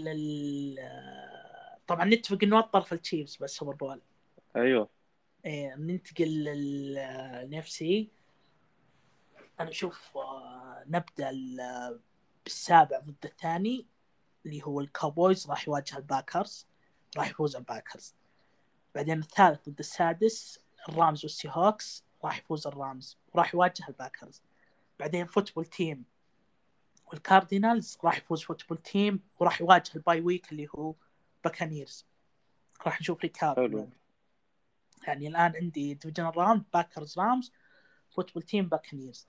طبعا نتفق انه الطرف التشيفز بس سوبر بول. ايوه. ننتقل للنفسي. انا اشوف نبدا بالسابع ضد الثاني اللي هو الكاوبويز راح يواجه الباكرز، راح يفوز الباكرز. بعدين الثالث ضد السادس الرامز والسي هوكس، راح يفوز الرامز وراح يواجه الباكرز. بعدين فوتبول تيم والكاردينالز، راح يفوز فوتبول تيم وراح يواجه الباي ويك اللي هو باكانيرز. راح نشوف ريكاب يعني الآن عندي ديفيجنال راوند باكرز رامز فوتبول تيم باكانيرز.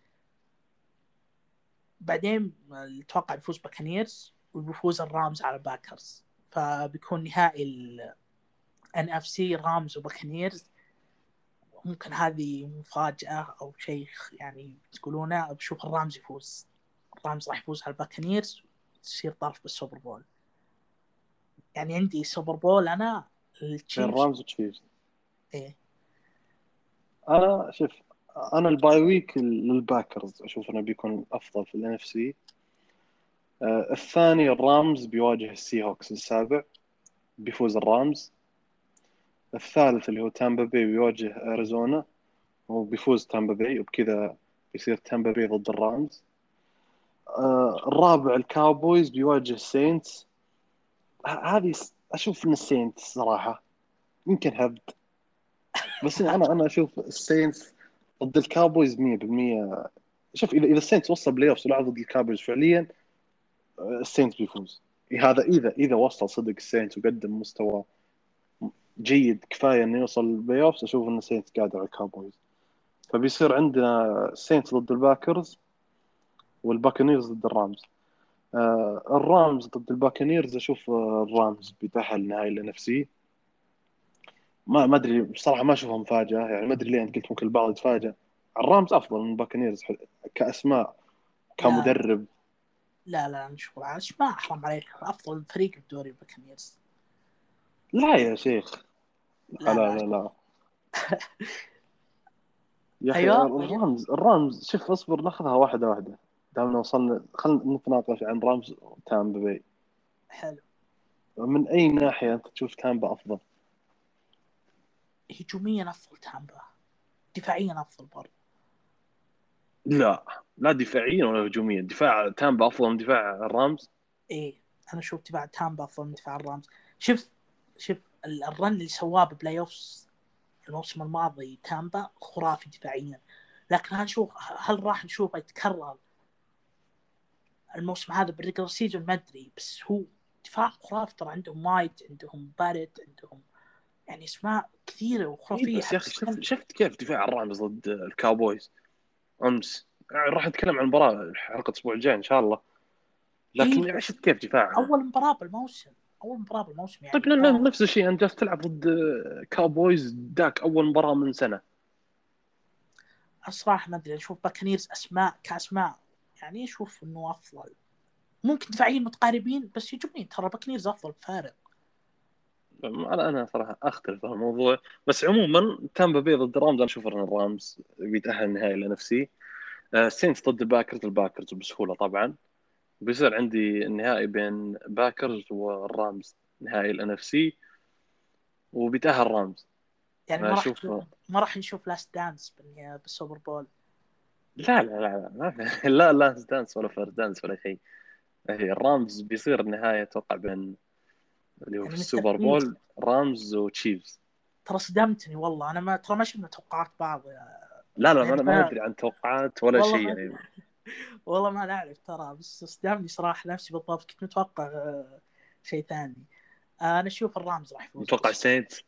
بعدين اتوقع بيفوز باكانيرز وبيفوز الرامز على باكرز، فبيكون نهائي ان اف سي رامز وباكانيرز. ممكن هذه مفاجأة أو شيء يعني تقولونه. بشوف الرامز يفوز، الرامز راح يفوز على الباكانيرز تصير طرف بالسوبر بول. يعني عندي سوبر بول أنا التشيفز. الرامز والتشيفز. إيه انا شوف، انا الباي ويك للباكرز اشوف انه بيكون افضل في الان اف سي. الثاني الرامز بيواجه السي هوكس السابع، بيفوز الرامز. الثالث اللي هو تامبا بي بيواجه اريزونا وبيفوز تامبا بي، وبكذا بيصير تامبا بي ضد الرامز. الرابع الكاوبويز بيواجه السينتس. هذه اشوف ان السينتس صراحه يمكن هبد، بس انا اشوف السينتس ضد الكاوبويز 100%. شوف، اذا السينتس وصل بلاي اوف ولعب ضد الكاوبويز فعليا، السينتس بيفوز. هذا اذا وصل صدق السينتس وقدم مستوى جيد كفايه انه يوصل البلاي اوف، اشوف ان السينتس قادر على الكاوبويز. فبيصير عندنا السينتس ضد الباكرز والباكنيرز ضد الرامز. الرامز ضد الباكنيرز، اشوف الرامز بيتأهل نهائي الNFC. ما ادري بصراحه، ما اشوفها مفاجاه يعني. ما ادري ليه انت قلت ممكن البعض يتفاجأ. الرامز افضل من الباكنيرز كاسماء، لا كمدرب. لا نشوف ما أحرم عليك أفضل فريق بالدوري الباكنيرز. لا يا شيخ، لا لا لا لا لا يا اخي. أيوة الرامز شوف، اصبر ناخذها واحده واحده دامنا وصلنا. خلينا نتناقش عن رامز وتامبا باي. حلو. من اي ناحيه انت تشوف تامبا افضل؟ هجوميا أفضل تامبا، دفاعيا أفضل برضه. لا دفاعيا ولا هجوميا. دفاع تامبا افضل من دفاع الرامز. إيه أنا أشوف دفاع تامبا أفضل من دفاع الرامز. شوف الرن اللي سواه ببلاي أوفس الموسم الماضي تامبا خرافي دفاعيا، لكن هل راح نشوفه يتكرر الموسم هذا بالريجلر سيزون؟ ما ادري، بس هو دفاع خرافي. ترى عندهم وايت، عندهم باريت، عندهم يعني اسماء كثيره وخرافيه. بس يا اخي شفت كيف دفاع الرامز ضد الكاوبويز امس؟ يعني راح نتكلم عن المباراه حلقه الاسبوع الجاي ان شاء الله، لكن يعني شفت كيف دفاعهم. اول مباراه بالموسم يعني. طيب نفس الشيء، انت جالس تلعب ضد كاوبويز داك اول مباراه من سنه. الصراحه ما ادري، اشوف باكنيرز كاسماء يعني اشوف انه افضل. ممكن دفاعيا متقاربين، بس هجوميا ترى باكنيرز افضل بفارق. انا صراحه اختلف في الموضوع، بس عموما تامبا بي ضد الرامز، انا اشوف ان الرامز بيتاهل النهائي الNFC. سينس ضد الباكرز بسهوله طبعا. بيصير عندي النهائي بين باكرز والرامز، نهائي الNFC، وبيتاهل الرامز. يعني اشوف ما راح نشوف لاست دانس بالسوبر بول. لا دانس ولا فيرست دانس ولا شيء. هي الرامز بيصير النهايه اتوقع بين اللي هو في يعني السوبر متفقين. بول رامز وتشيفز. ترى صدمتني والله، انا ما شفنا توقعات بعض لا يعني ما ندري عن توقعات ولا والله شيء ما يعني. والله ما نعرف ترى، بس صدمني صراحه نفسي بالضبط. كنت متوقع شيء ثاني. انا اشوف الرامز راح يفوز متوقع سينتس.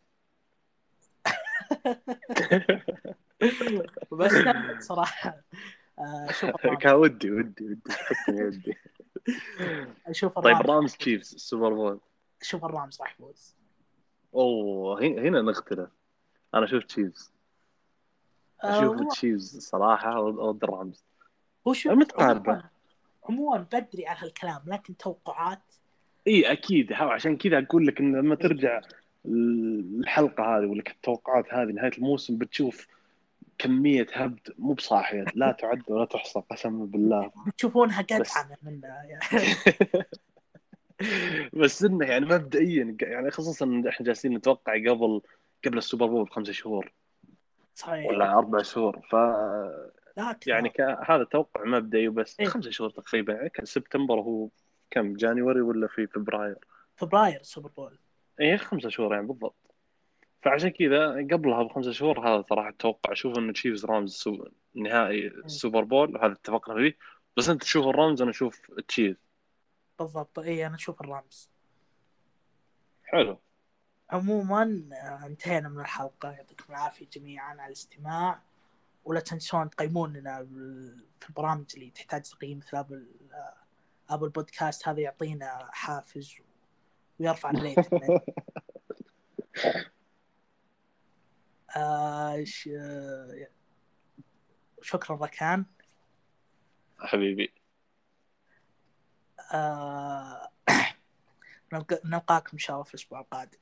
بس صراحه اشوف كان الرامز. ودي تحطني ودي. اشوف طيب الرامز راح رامز يفوز. تشيفز السوبر بول. اشوف الرامز راح يفوز. اوه هنا نختلف. انا اشوف تشيفز. اشوف هو تشيفز صراحه ضد الرامز. شوف متقاربه. عموما بدري على هالكلام، لكن توقعات. اي اكيد، عشان كذا اقول لك ان لما ترجع الحلقه هذه ولا التوقعات هذه نهايه الموسم بتشوف كميه هبد مو بصاحيه لا تعد ولا تحصى قسما بالله. بتشوفونها بس قدعه منا يعني. بس انه يعني مبدئيا يعني خصوصا ان احنا جالسين نتوقع قبل السوبر بول ب5 شهور صحيح. ولا 4 شهور. لا يعني اكثر. هذا توقع مبدئي، بس ايه 5 شهور تقريبا. يعني كان سبتمبر، هو كم جانيوري ولا في فبراير؟ فبراير السوبر بول. ايه 5 شهور يعني بالضبط. فعشان كذا قبلها ب5 شهور هذا صراحة أتوقع أشوف إنه تشيفز رامز نهائي السوبر بول، وهذا اتفقنا فيه. بس أنت تشوف الرامز، أنا أشوف تشيفز. بالضبط، ايه انا اشوف الرامز. حلو. عموما انتهينا من الحلقه. يعطيكم العافيه جميعا على الاستماع، ولا تنسون تقيموننا في البرامج اللي تحتاج تقييم، مثل ابل بودكاست. هذا يعطينا حافز ويرفع الريت. شكرا ركان. حبيبي. نلقاكم ان شاء الله في الاسبوع القادم.